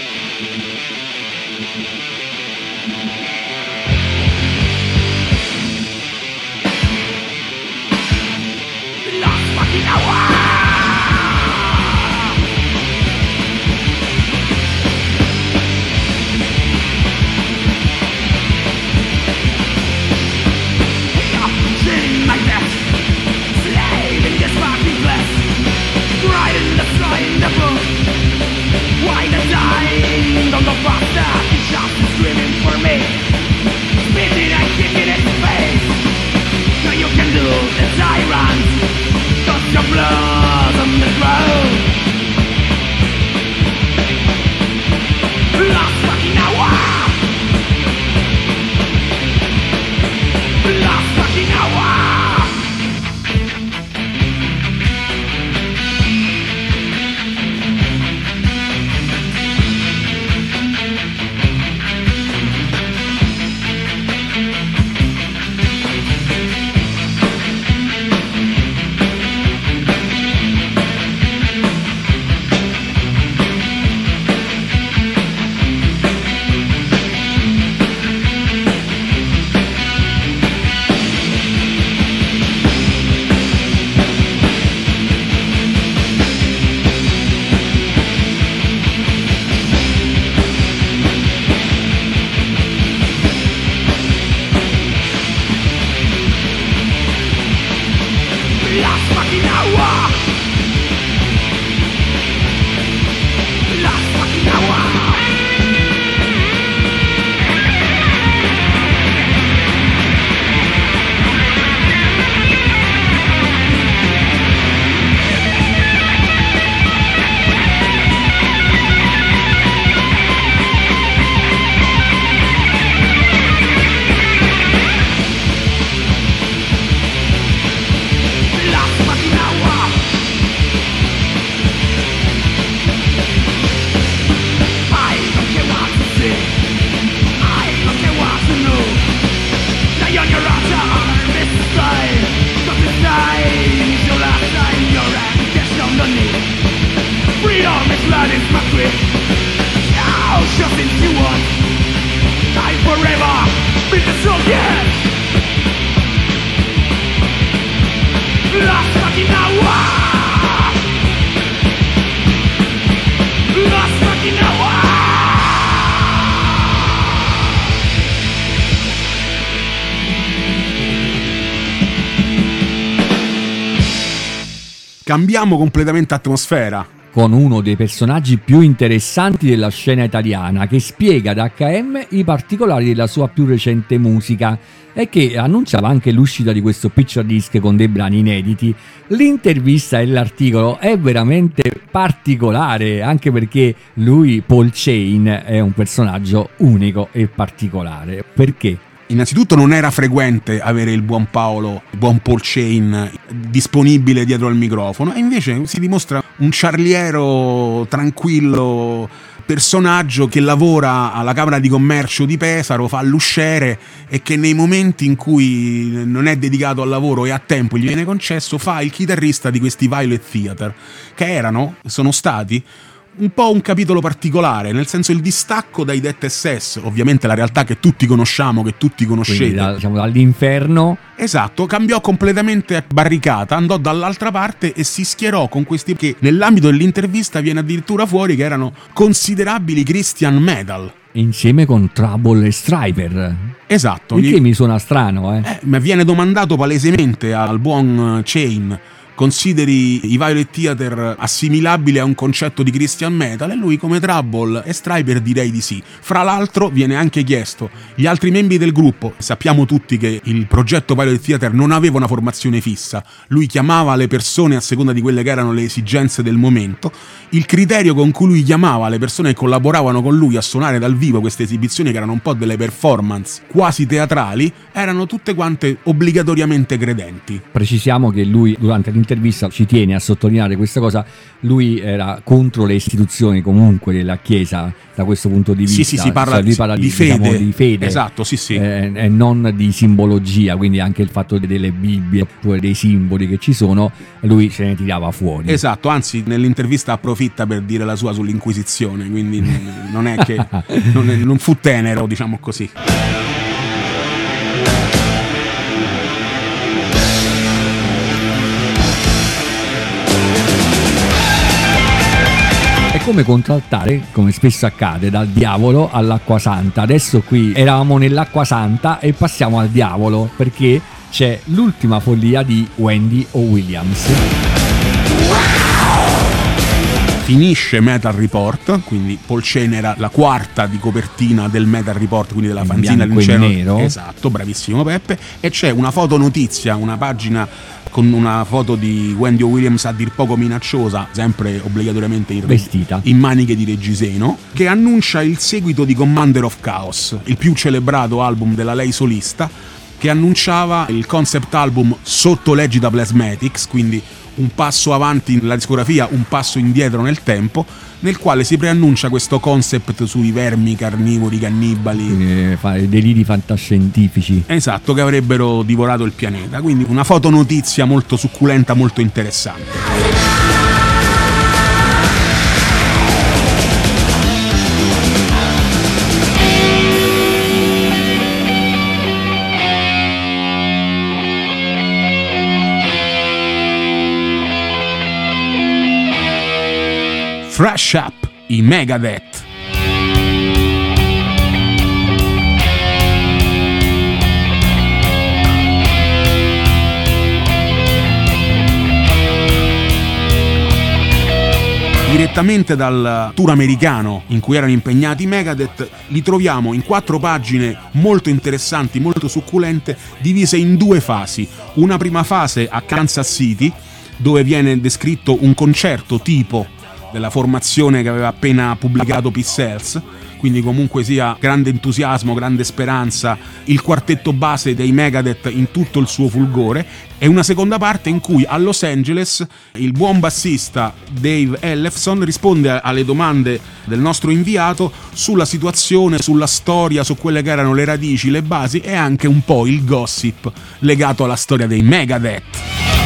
B: Cambiamo completamente atmosfera
C: con uno dei personaggi più interessanti della scena italiana, che spiega ad acca emme i particolari della sua più recente musica e che annunciava anche l'uscita di questo picture disc con dei brani inediti. L'intervista e l'articolo è veramente particolare, anche perché lui, Paul Chain, è un personaggio unico e particolare. Perché?
B: Innanzitutto non era frequente avere il buon Paolo, il buon Paul Chain disponibile dietro al microfono, e invece si dimostra un ciarliero, tranquillo personaggio che lavora alla Camera di Commercio di Pesaro, fa l'usciere, e che nei momenti in cui non è dedicato al lavoro e a tempo gli viene concesso fa il chitarrista di questi Violet Theater, che erano, sono stati un po' un capitolo particolare, nel senso il distacco dai Death S S, ovviamente la realtà che tutti conosciamo, che tutti conoscete,
C: da, diciamo dall'inferno.
B: Esatto, cambiò completamente barricata, andò dall'altra parte e si schierò con questi che nell'ambito dell'intervista viene addirittura fuori che erano considerabili Christian metal.
C: Insieme con Trouble e Striper.
B: Esatto.
C: Il che
B: gli...
C: mi suona strano, eh.
B: eh. Ma viene domandato palesemente al buon Chain consideri i Violet Theater assimilabili a un concetto di Christian metal, e lui come Trouble e Stryper direi di sì. Fra l'altro viene anche chiesto gli altri membri del gruppo, sappiamo tutti che il progetto Violet Theater non aveva una formazione fissa, lui chiamava le persone a seconda di quelle che erano le esigenze del momento. Il criterio con cui lui chiamava le persone che collaboravano con lui a suonare dal vivo queste esibizioni, che erano un po' delle performance quasi teatrali, erano tutte quante obbligatoriamente credenti.
C: Precisiamo che lui durante l'intervista ci tiene a sottolineare questa cosa: lui era contro le istituzioni comunque della Chiesa da questo punto di vista.
B: Sì, sì, si parla,
C: cioè, lui parla
B: di,
C: di,
B: fede.
C: Diciamo, di fede.
B: Esatto, sì, sì.
C: Eh, e non di simbologia, quindi anche il fatto delle Bibbie oppure dei simboli che ci sono, lui se ne tirava fuori.
B: Esatto, anzi nell'intervista approfitta per dire la sua sull'Inquisizione, quindi non è che non, è, non fu tenero, diciamo così.
C: È come contraltare, come spesso accade, dal diavolo all'acqua santa. Adesso qui eravamo nell'acqua santa e passiamo al diavolo, perché c'è l'ultima follia di Wendy O. Williams.
B: Finisce Metal Report, quindi Paul Shane era la quarta di copertina del Metal Report, quindi della
C: In
B: fanzina
C: bianco e
B: all'interno.
C: nero.
B: Esatto, bravissimo Peppe. E c'è una fotonotizia, una pagina con una foto di Wendy O. Williams a dir poco minacciosa, sempre obbligatoriamente in,
C: vestita
B: in maniche di reggiseno, che annuncia il seguito di Commander of Chaos, il più celebrato album della lei solista, che annunciava il concept album sotto l'egida Plasmatics, quindi un passo avanti nella discografia, un passo indietro nel tempo, nel quale si preannuncia questo concept sui vermi carnivori, cannibali,
C: eh, fa- deliri fantascientifici.
B: esatto, che avrebbero divorato il pianeta. Quindi una fotonotizia molto succulenta, molto interessante. Fresh Up, i Megadeth. Direttamente dal tour americano in cui erano impegnati i Megadeth, li troviamo in quattro pagine molto interessanti, molto succulente, divise in due fasi. Una prima fase a Kansas City, dove viene descritto un concerto tipo della formazione che aveva appena pubblicato Peace Hells, quindi comunque sia grande entusiasmo, grande speranza, il quartetto base dei Megadeth in tutto il suo fulgore, e una seconda parte in cui a Los Angeles il buon bassista Dave Ellefson risponde alle domande del nostro inviato sulla situazione, sulla storia, su quelle che erano le radici, le basi e anche un po' il gossip legato alla storia dei Megadeth.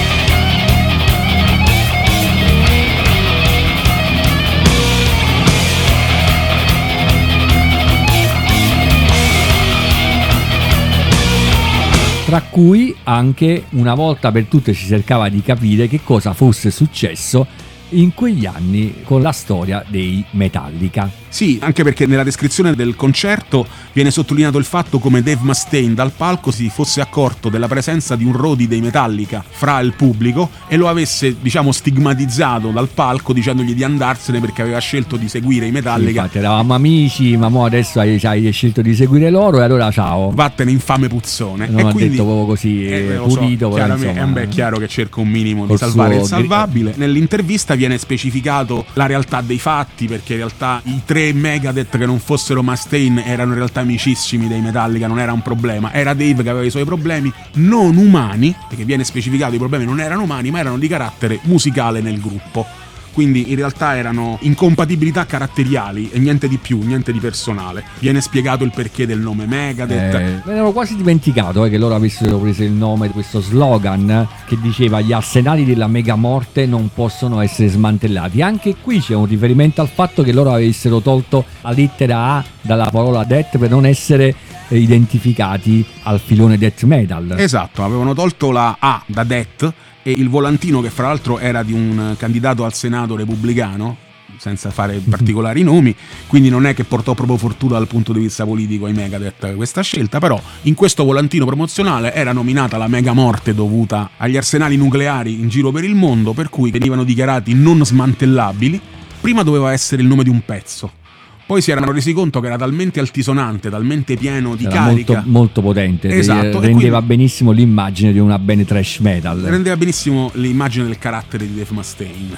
C: Tra cui anche una volta per tutte si cercava di capire che cosa fosse successo in quegli anni con la storia dei Metallica.
B: Sì, anche perché nella descrizione del concerto viene sottolineato il fatto come Dave Mustaine dal palco si fosse accorto della presenza di un roadie dei Metallica fra il pubblico e lo avesse, diciamo, stigmatizzato dal palco dicendogli di andarsene perché aveva scelto di seguire i Metallica.
C: Sì, infatti eravamo amici, ma mo adesso hai, hai scelto di seguire loro e allora ciao.
B: Vattene infame puzzone.
C: Non
B: e
C: ho
B: quindi,
C: detto proprio così
B: eh,
C: pulito,
B: so,
C: però
B: insomma,
C: insomma,
B: è chiaro che cerco un minimo di salvare il salvabile. Nell'intervista viene specificato la realtà dei fatti, perché in realtà i tre Megadeth che non fossero Mustaine erano in realtà amicissimi dei Metallica, non era un problema, era Dave che aveva i suoi problemi non umani, perché viene specificato i problemi non erano umani ma erano di carattere musicale nel gruppo, quindi in realtà erano incompatibilità caratteriali e niente di più, niente di personale. Viene spiegato il perché del nome Megadeth.
C: Eh, me ne ero quasi dimenticato eh, che loro avessero preso il nome di questo slogan che diceva gli arsenali della mega morte non possono essere smantellati. Anche qui c'è un riferimento al fatto che loro avessero tolto la lettera A dalla parola death per non essere identificati al filone death metal.
B: Esatto, avevano tolto la A da death e il volantino, che fra l'altro era di un candidato al Senato repubblicano, senza fare particolari nomi, quindi non è che portò proprio fortuna dal punto di vista politico ai Megadeth questa scelta, però in questo volantino promozionale era nominata la mega morte dovuta agli arsenali nucleari in giro per il mondo, per cui venivano dichiarati non smantellabili. Prima doveva essere il nome di un pezzo, poi si erano resi conto che era talmente altisonante, talmente pieno di
C: era
B: carica,
C: molto, molto potente,
B: esatto,
C: rendeva
B: quindi
C: benissimo l'immagine di una band thrash metal,
B: rendeva benissimo l'immagine del carattere di Dave Mustaine.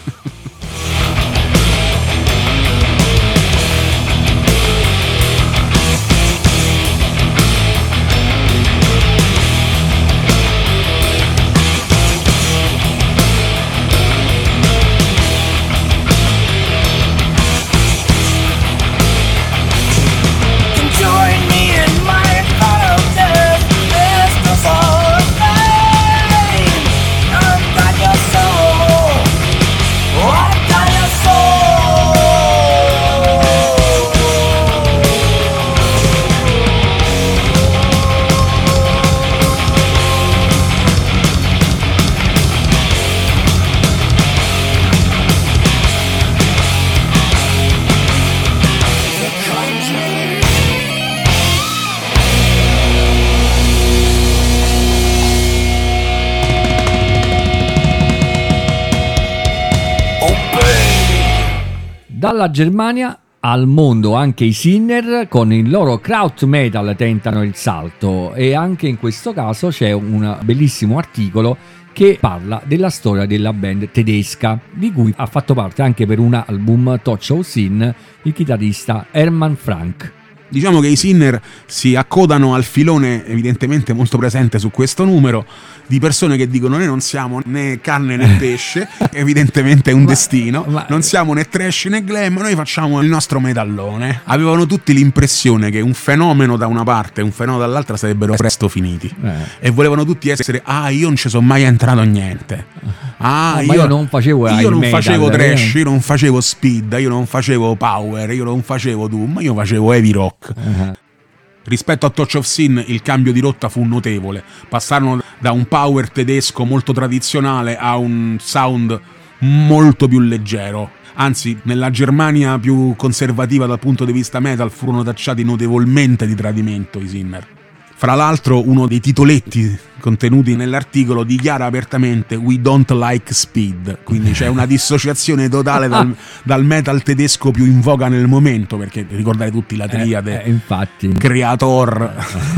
C: Dalla Germania al mondo anche i Sinner con il loro kraut metal tentano il salto, e anche in questo caso c'è un bellissimo articolo che parla della storia della band tedesca, di cui ha fatto parte anche per un album Touch of Sin il chitarrista Hermann Frank.
B: Diciamo che i Sinner si accodano al filone evidentemente molto presente su questo numero di persone che dicono: noi non siamo né carne né pesce, evidentemente è un ma, destino, ma, non siamo né trash né glam, noi facciamo il nostro metallone. Avevano tutti l'impressione che un fenomeno da una parte e un fenomeno dall'altra sarebbero presto finiti, eh. e volevano tutti essere: ah, io non ci sono mai entrato niente, ah,
C: no,
B: io,
C: io non facevo
B: io non
C: metal,
B: facevo
C: eh.
B: trash, io non facevo speed, io non facevo power, io non facevo doom, io facevo heavy rock. Uh-huh. Rispetto a Touch of Sin il cambio di rotta fu notevole, passarono da un power tedesco molto tradizionale a un sound molto più leggero, anzi nella Germania più conservativa dal punto di vista metal furono tacciati notevolmente di tradimento i Sinner. Fra l'altro uno dei titoletti contenuti nell'articolo dichiara apertamente "We don't like speed", quindi c'è una dissociazione totale dal, dal metal tedesco più in voga nel momento, perché ricordate tutti la triade,
C: eh, eh, infatti.
B: Creator,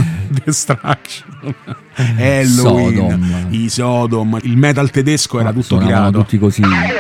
B: Destruction, Halloween,
C: Sodom.
B: i Sodom, il metal tedesco era tutto creato
C: tutti così.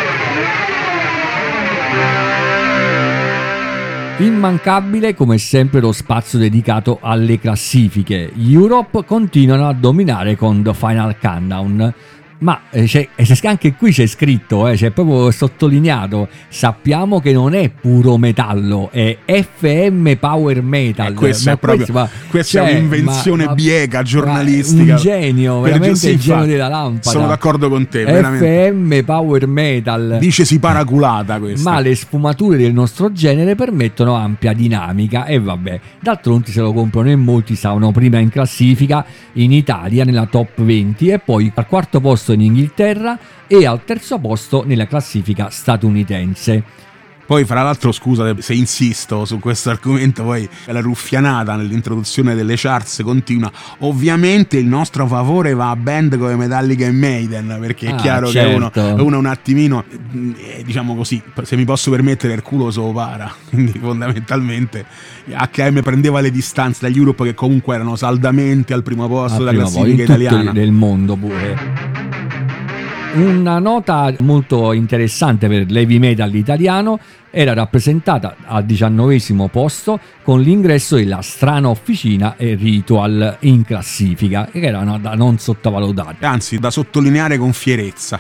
C: Immancabile come sempre lo spazio dedicato alle classifiche. Europe continuano a dominare con The Final Countdown, ma eh, c'è, anche qui c'è scritto, eh, c'è proprio sottolineato: sappiamo che non è puro metallo, è F M Power Metal.
B: Eh, questo
C: ma
B: è proprio
C: questo, ma,
B: questa
C: cioè,
B: è un'invenzione
C: ma,
B: bieca giornalistica,
C: un genio, veramente sì, il genio della lampada.
B: Sono d'accordo con te,
C: F
B: veramente.
C: M Power Metal,
B: dicesi paraculata questa.
C: Ma le sfumature del nostro genere permettono ampia dinamica, e vabbè, d'altronde se lo comprano in molti. Stavano prima in classifica in Italia nella top venti, e poi al quarto posto in Inghilterra e al terzo posto nella classifica statunitense.
B: Poi fra l'altro, scusa se insisto su questo argomento, poi la ruffianata nell'introduzione delle charts continua: ovviamente il nostro favore va a band come Metallica e Maiden, perché è
C: ah,
B: chiaro
C: certo.
B: che uno, uno un attimino, eh, diciamo così, se mi posso permettere, il culo se lo para, quindi fondamentalmente H M prendeva le distanze dagli Europe, che comunque erano saldamente al primo posto al della primo classifica
C: poi,
B: italiana
C: del mondo pure. Una nota molto interessante per l'heavy metal italiano era rappresentata al diciannovesimo posto con l'ingresso della strana officina e Ritual in classifica, che era una da non sottovalutare,
B: anzi da sottolineare con fierezza.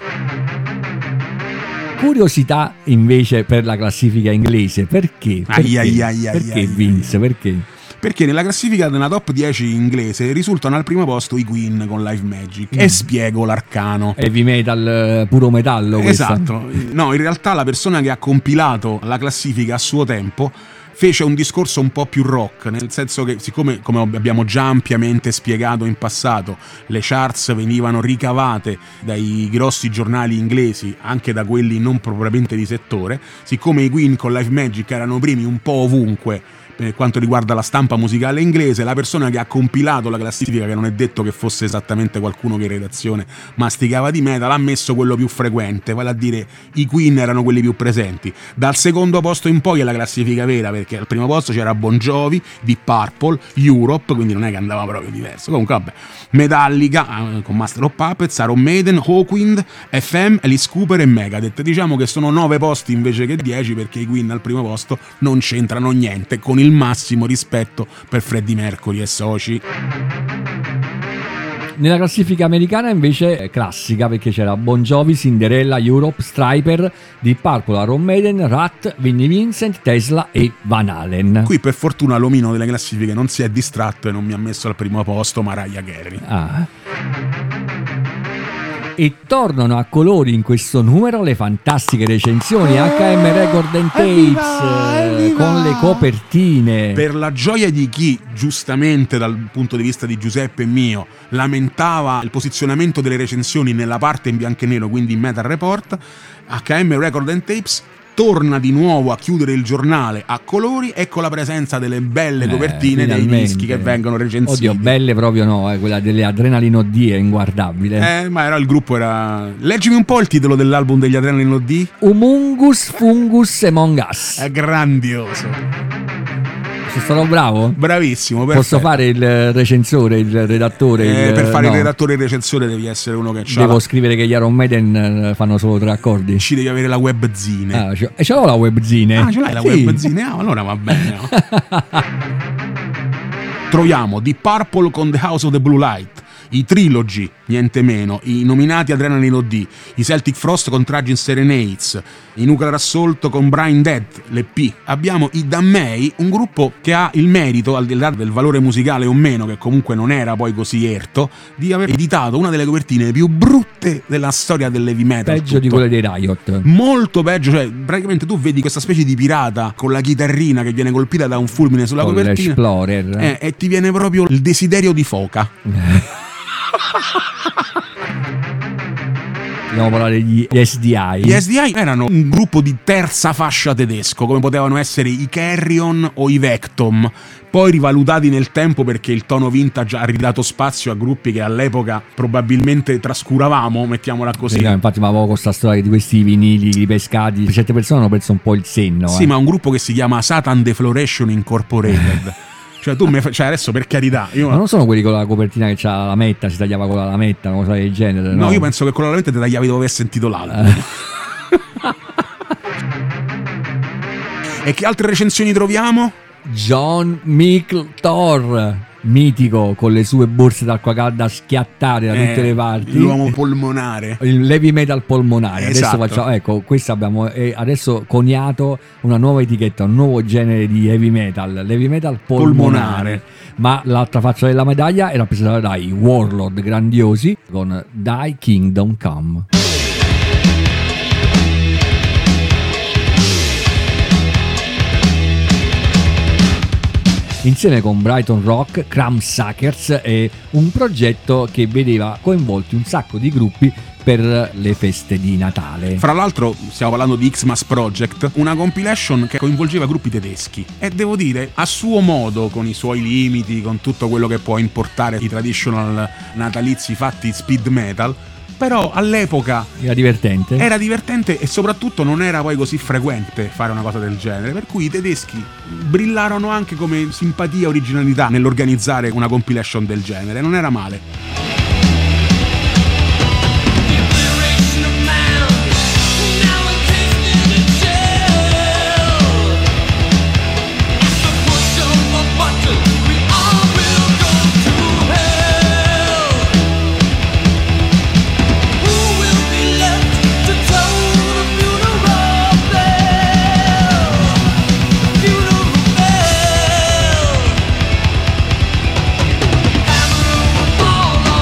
C: Curiosità invece per la classifica inglese: perché? Perché,
B: ai ai ai ai
C: perché
B: ai
C: Vince?
B: ai.
C: Perché?
B: Perché nella classifica della top dieci inglese risultano al primo posto i Queen con Live Magic, mm. e spiego l'arcano.
C: Heavy metal, puro metallo questa.
B: Esatto. No, in realtà la persona che ha compilato la classifica a suo tempo fece un discorso un po' più rock, nel senso che siccome, come abbiamo già ampiamente spiegato in passato, le charts venivano ricavate dai grossi giornali inglesi, anche da quelli non propriamente di settore, siccome i Queen con Live Magic erano primi un po' ovunque per quanto riguarda la stampa musicale inglese, la persona che ha compilato la classifica, che non è detto che fosse esattamente qualcuno che in redazione masticava di metal, ha messo quello più frequente, vale a dire i Queen erano quelli più presenti. Dal secondo posto in poi è la classifica vera, perché al primo posto c'era Bon Jovi, Deep Purple, Europe, quindi non è che andava proprio diverso. Comunque vabbè, Metallica con Master of Puppets, Iron Maiden, Hawkwind, F M, Alice Cooper e Megadeth. Diciamo che sono nove posti invece che dieci, perché i Queen al primo posto non c'entrano niente, con il massimo rispetto per Freddie Mercury e soci.
C: Nella classifica americana invece è classica, perché c'era Bon Jovi, Cinderella, Europe, Stryper, Deep Purple, Iron Maiden, Rat, Vinnie Vincent, Tesla e Van Halen.
B: Qui per fortuna l'omino delle classifiche non si è distratto e non mi ha messo al primo posto Mariah Carey.
C: Ah. E tornano a colori in questo numero le fantastiche recensioni H M Record and Tapes,
B: evviva, evviva!
C: Con le copertine.
B: Per la gioia di chi, giustamente dal punto di vista di Giuseppe e mio, lamentava il posizionamento delle recensioni nella parte in bianco e nero, quindi in Metal Report, H M Record and Tapes torna di nuovo a chiudere il giornale a colori e con la presenza delle belle copertine eh, dei dischi che vengono recensiti.
C: Oddio, belle proprio no, eh, quella delle Adrenaline O D è inguardabile.
B: Eh, ma era il gruppo, era... Leggimi un po' il titolo dell'album degli Adrenaline O D.
C: Humungus Fungus Among Us.
B: È grandioso.
C: Sono stato bravo?
B: Bravissimo, perfetto.
C: Posso fare il recensore, il redattore?
B: Eh,
C: il...
B: per fare
C: no.
B: il redattore e il recensore devi essere uno che c'ha.
C: Devo
B: la...
C: scrivere che gli Iron Maiden fanno solo tre accordi.
B: Ci devi avere la webzine.
C: Ah, c- e ce l'ho la webzine.
B: Ah, ce l'hai la
C: sì.
B: webzine? Ah, allora va bene. No? Troviamo Deep Purple con The House of the Blue Light, i Trilogy, niente meno, i nominati Adrenaline O D, i Celtic Frost con Tragic Serenades, i Nuclear Assault con Brain Dead, l'E P. Abbiamo i Dammei, un gruppo che ha il merito, al di là del valore musicale o meno, che comunque non era poi così erto, di aver editato una delle copertine più brutte della storia dell'heavy metal.
C: Peggio
B: tutto.
C: di quelle dei Riot.
B: Molto peggio, cioè praticamente tu vedi questa specie di pirata con la chitarrina che viene colpita da un fulmine sulla
C: con
B: copertina.
C: l'Explorer.
B: Eh, e ti viene proprio il desiderio di foca.
C: Dobbiamo parlare degli S D I.
B: Gli S D I erano un gruppo di terza fascia tedesco, come potevano essere i Carrion o i Vectom, poi rivalutati nel tempo perché il tono vintage ha ridato spazio a gruppi che all'epoca probabilmente trascuravamo, mettiamola così.
C: Sì, no, infatti ma avevo con questa storia di questi vinili ripescati, certe persone hanno perso un po' il senno.
B: Sì,
C: eh.
B: ma un gruppo che si chiama Satan Defloration Incorporated. Cioè tu mi fai, cioè adesso per carità io...
C: Ma non sono quelli con la copertina che c'ha la lametta, si tagliava con la lametta, una cosa del genere, no?
B: No, io penso che con la lametta ti tagliavi dove aver sentito l'album. E che altre recensioni troviamo?
C: John Mikltor, mitico, con le sue borse d'acqua calda schiattate da tutte
B: eh,
C: le parti.
B: L'uomo polmonare.
C: Il heavy metal polmonare.
B: Esatto.
C: Adesso facciamo, ecco, questo abbiamo eh, adesso coniato una nuova etichetta, un nuovo genere di heavy metal, l'heavy metal polmonare. polmonare. Ma l'altra faccia della medaglia è rappresentata dai Warlord grandiosi con Thy Kingdom Come. Insieme con Brighton Rock, Crumbsuckers è un progetto che vedeva coinvolti un sacco di gruppi per le feste di Natale.
B: Fra l'altro stiamo parlando di Xmas Project, una compilation che coinvolgeva gruppi tedeschi e devo dire a suo modo, con i suoi limiti, con tutto quello che può importare i traditional natalizi fatti speed metal, però all'epoca
C: era divertente
B: era divertente e soprattutto non era poi così frequente fare una cosa del genere, per cui i tedeschi brillarono anche come simpatia e originalità nell'organizzare una compilation del genere, non era male.
D: All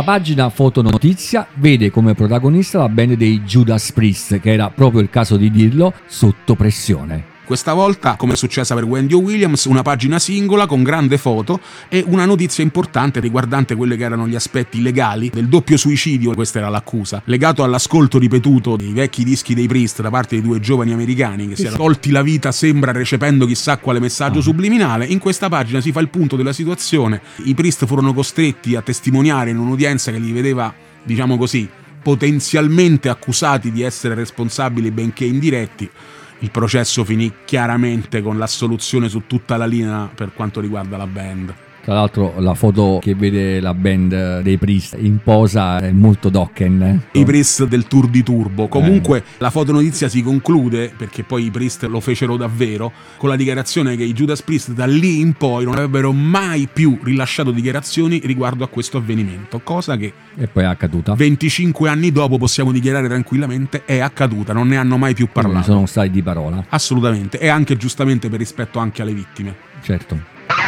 C: La pagina Fotonotizia vede come protagonista la band dei Judas Priest, che era proprio il caso di dirlo, sotto pressione.
B: Questa volta, come è successa per Wendy Williams, una pagina singola con grande foto e una notizia importante riguardante quelli che erano gli aspetti legali del doppio suicidio, questa era l'accusa, legato all'ascolto ripetuto dei vecchi dischi dei Priest da parte di due giovani americani che si erano tolti la vita, sembra recependo chissà quale messaggio uh-huh. subliminale. In questa pagina si fa il punto della situazione. I Priest furono costretti a testimoniare in un'udienza che li vedeva, diciamo così, potenzialmente accusati di essere responsabili benché indiretti. Il processo finì chiaramente con l'assoluzione su tutta la linea per quanto riguarda la band.
C: Tra l'altro la foto che vede la band dei Priest in posa è molto Dokken. Eh?
B: I Priest del tour di Turbo. Comunque eh. la fotonotizia si conclude, perché poi i Priest lo fecero davvero, con la dichiarazione che i Judas Priest da lì in poi non avrebbero mai più rilasciato dichiarazioni riguardo a questo avvenimento, cosa che
C: e poi è accaduta.
B: venticinque anni dopo possiamo dichiarare tranquillamente è accaduta, non ne hanno mai più parlato.
C: Non sono stati di parola.
B: Assolutamente, e anche giustamente per rispetto anche alle vittime.
C: Certo.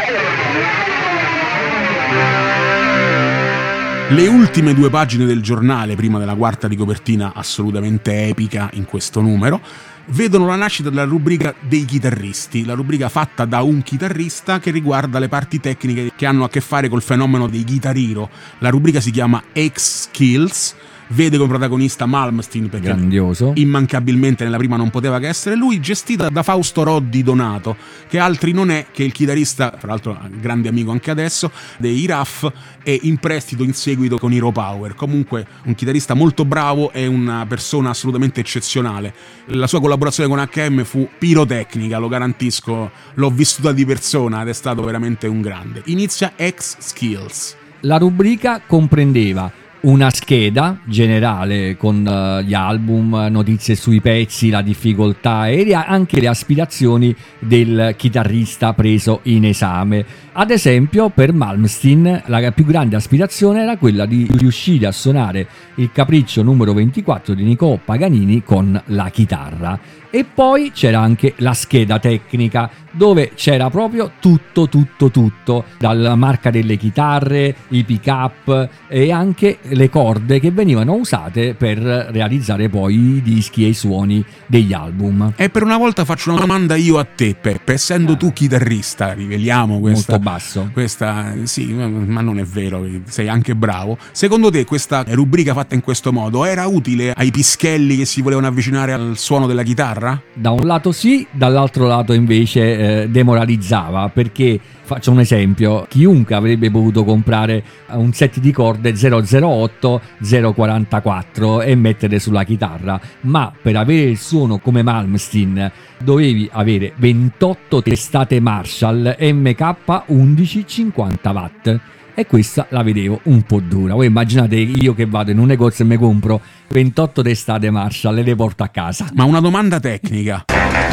B: Le ultime due pagine del giornale, prima della quarta di copertina assolutamente epica in questo numero, vedono la nascita della rubrica dei chitarristi, la rubrica fatta da un chitarrista che riguarda le parti tecniche che hanno a che fare col fenomeno dei Guitar Hero. La rubrica si chiama X-Skills, vede come protagonista Malmsteen, perché
C: grandioso,
B: immancabilmente nella prima non poteva che essere lui, gestita da Fausto Roddi Donato, che altri non è che il chitarrista, tra l'altro grande amico anche adesso, dei Raff, e in prestito in seguito con Hero Power. Comunque un chitarrista molto bravo e una persona assolutamente eccezionale. La sua collaborazione con H M fu pirotecnica, lo garantisco, l'ho vissuta di persona ed è stato veramente un grande. Inizia X-Skills.
C: La rubrica comprendeva una scheda generale con uh, gli album, notizie sui pezzi, la difficoltà e anche le aspirazioni del chitarrista preso in esame. Ad esempio, per Malmsteen la più grande aspirazione era quella di riuscire a suonare il capriccio numero ventiquattro di Niccolò Paganini con la chitarra. E poi c'era anche la scheda tecnica, dove c'era proprio tutto, tutto, tutto, dalla marca delle chitarre, i pick-up e anche le corde che venivano usate per realizzare poi i dischi e i suoni degli album.
B: E per una volta faccio una domanda io a te, Peppe, essendo ah. tu chitarrista, riveliamo questa...
C: Molto basso.
B: Questa, sì, ma non è vero, sei anche bravo. Secondo te questa rubrica fatta in questo modo era utile ai pischelli che si volevano avvicinare al suono della chitarra?
C: Da un lato sì, dall'altro lato invece eh, demoralizzava, perché faccio un esempio: chiunque avrebbe potuto comprare un set di corde zero zero otto zero quarantaquattro e mettere sulla chitarra, ma per avere il suono come Malmsteen dovevi avere ventotto testate Marshall M K undici cinquanta watt. E questa la vedevo un po' dura. Voi immaginate io che vado in un negozio e mi compro ventotto testate Marshall e le porto a casa.
B: Ma una domanda tecnica: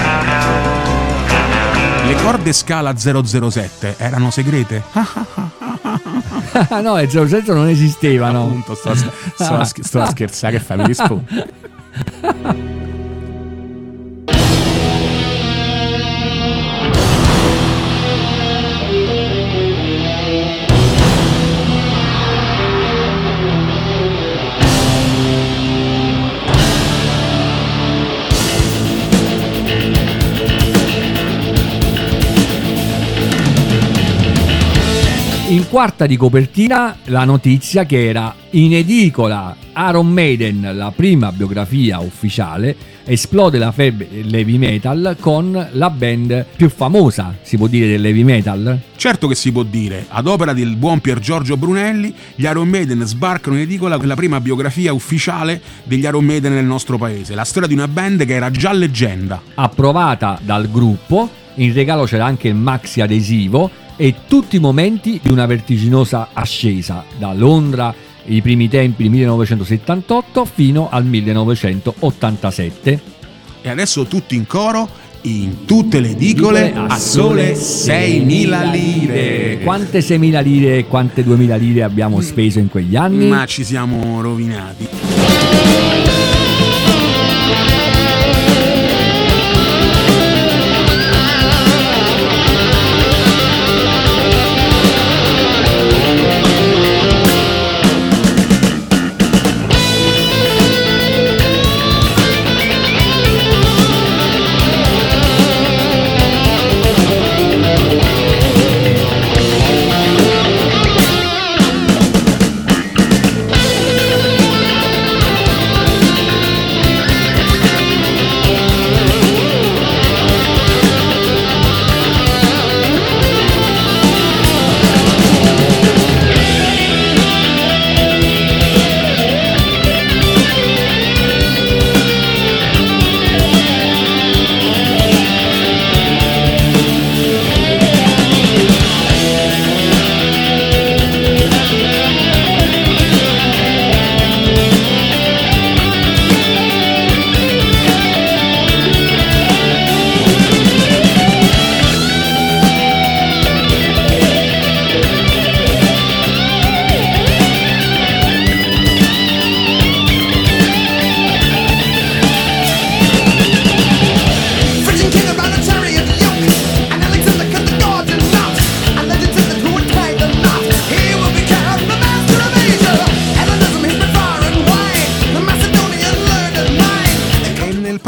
B: le corde scala zero zero sette erano segrete?
C: No, le zero zero sette non esistevano.
B: Appunto, sto, sto, sto, sto a scherzare, che fai, mi rispondo.
C: In quarta di copertina la notizia che era in edicola Iron Maiden, la prima biografia ufficiale, esplode la febbre dell'heavy metal con la band più famosa, si può dire, dell'heavy metal?
B: Certo che si può dire. Ad opera del buon Pier Giorgio Brunelli, gli Iron Maiden sbarcano in edicola la prima biografia ufficiale degli Iron Maiden nel nostro paese, la storia di una band che era già leggenda.
C: Approvata dal gruppo, in regalo c'era anche il maxi adesivo e tutti i momenti di una vertiginosa ascesa da Londra, i primi tempi del millenovecentosettantotto fino al millenovecentottantasette.
B: E adesso tutti in coro: in tutte le edicole a sole seimila lire.
C: Quante seimila lire e quante duemila lire abbiamo speso in quegli anni?
B: Ma ci siamo rovinati.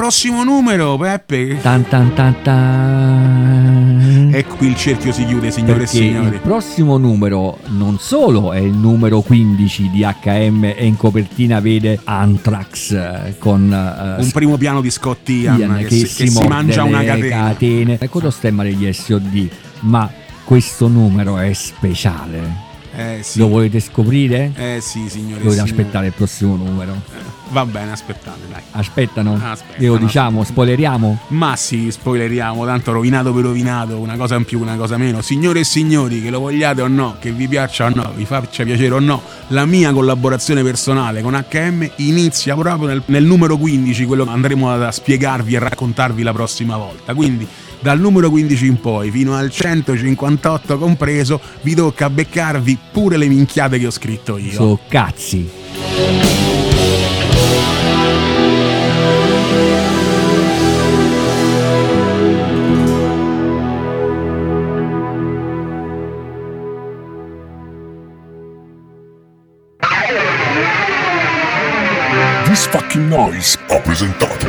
B: prossimo numero, Peppe?
C: Tan tan tan tan.
B: E qui il cerchio si chiude, signore
C: Perché
B: e signori.
C: il prossimo numero non solo è il numero quindici di acca emme e in copertina vede Anthrax eh, con uh,
B: un primo piano di Scott Ian,
C: Ian
B: che,
C: che,
B: si,
C: si,
B: che si mangia una
C: le
B: catena.
C: catene. Ecco lo stemma degli S O D, ma questo numero è speciale.
B: Eh sì.
C: Lo volete scoprire?
B: Eh sì, signore.
C: Dovete
B: signori.
C: aspettare il prossimo numero.
B: Eh, va bene, aspettate, dai.
C: Aspettano?
B: Aspettano,
C: Glielo diciamo, spoileriamo?
B: Ma sì, spoileriamo, tanto rovinato per rovinato, una cosa in più, una cosa meno. Signore e signori, che lo vogliate o no, che vi piaccia o no, vi faccia piacere o no, la mia collaborazione personale con acca emme inizia proprio nel, nel numero quindici, quello che andremo a spiegarvi e raccontarvi la prossima volta. Quindi dal numero quindici in poi fino al centocinquantotto compreso vi tocca beccarvi pure le minchiate che ho scritto io.
C: So cazzi.
A: This Fucking Noise ha presentato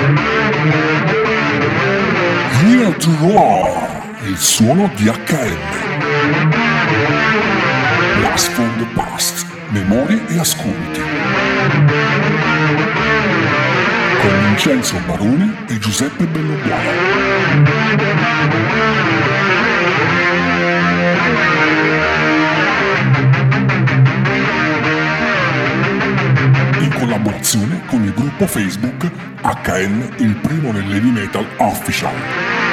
A: Here to Roar, il suono di acca emme. Blast from the Past, memorie e ascolti. Con Vincenzo Barone e Giuseppe Bellobuono. In collaborazione con il gruppo Facebook acca emme, il primo nell'heavy metal official.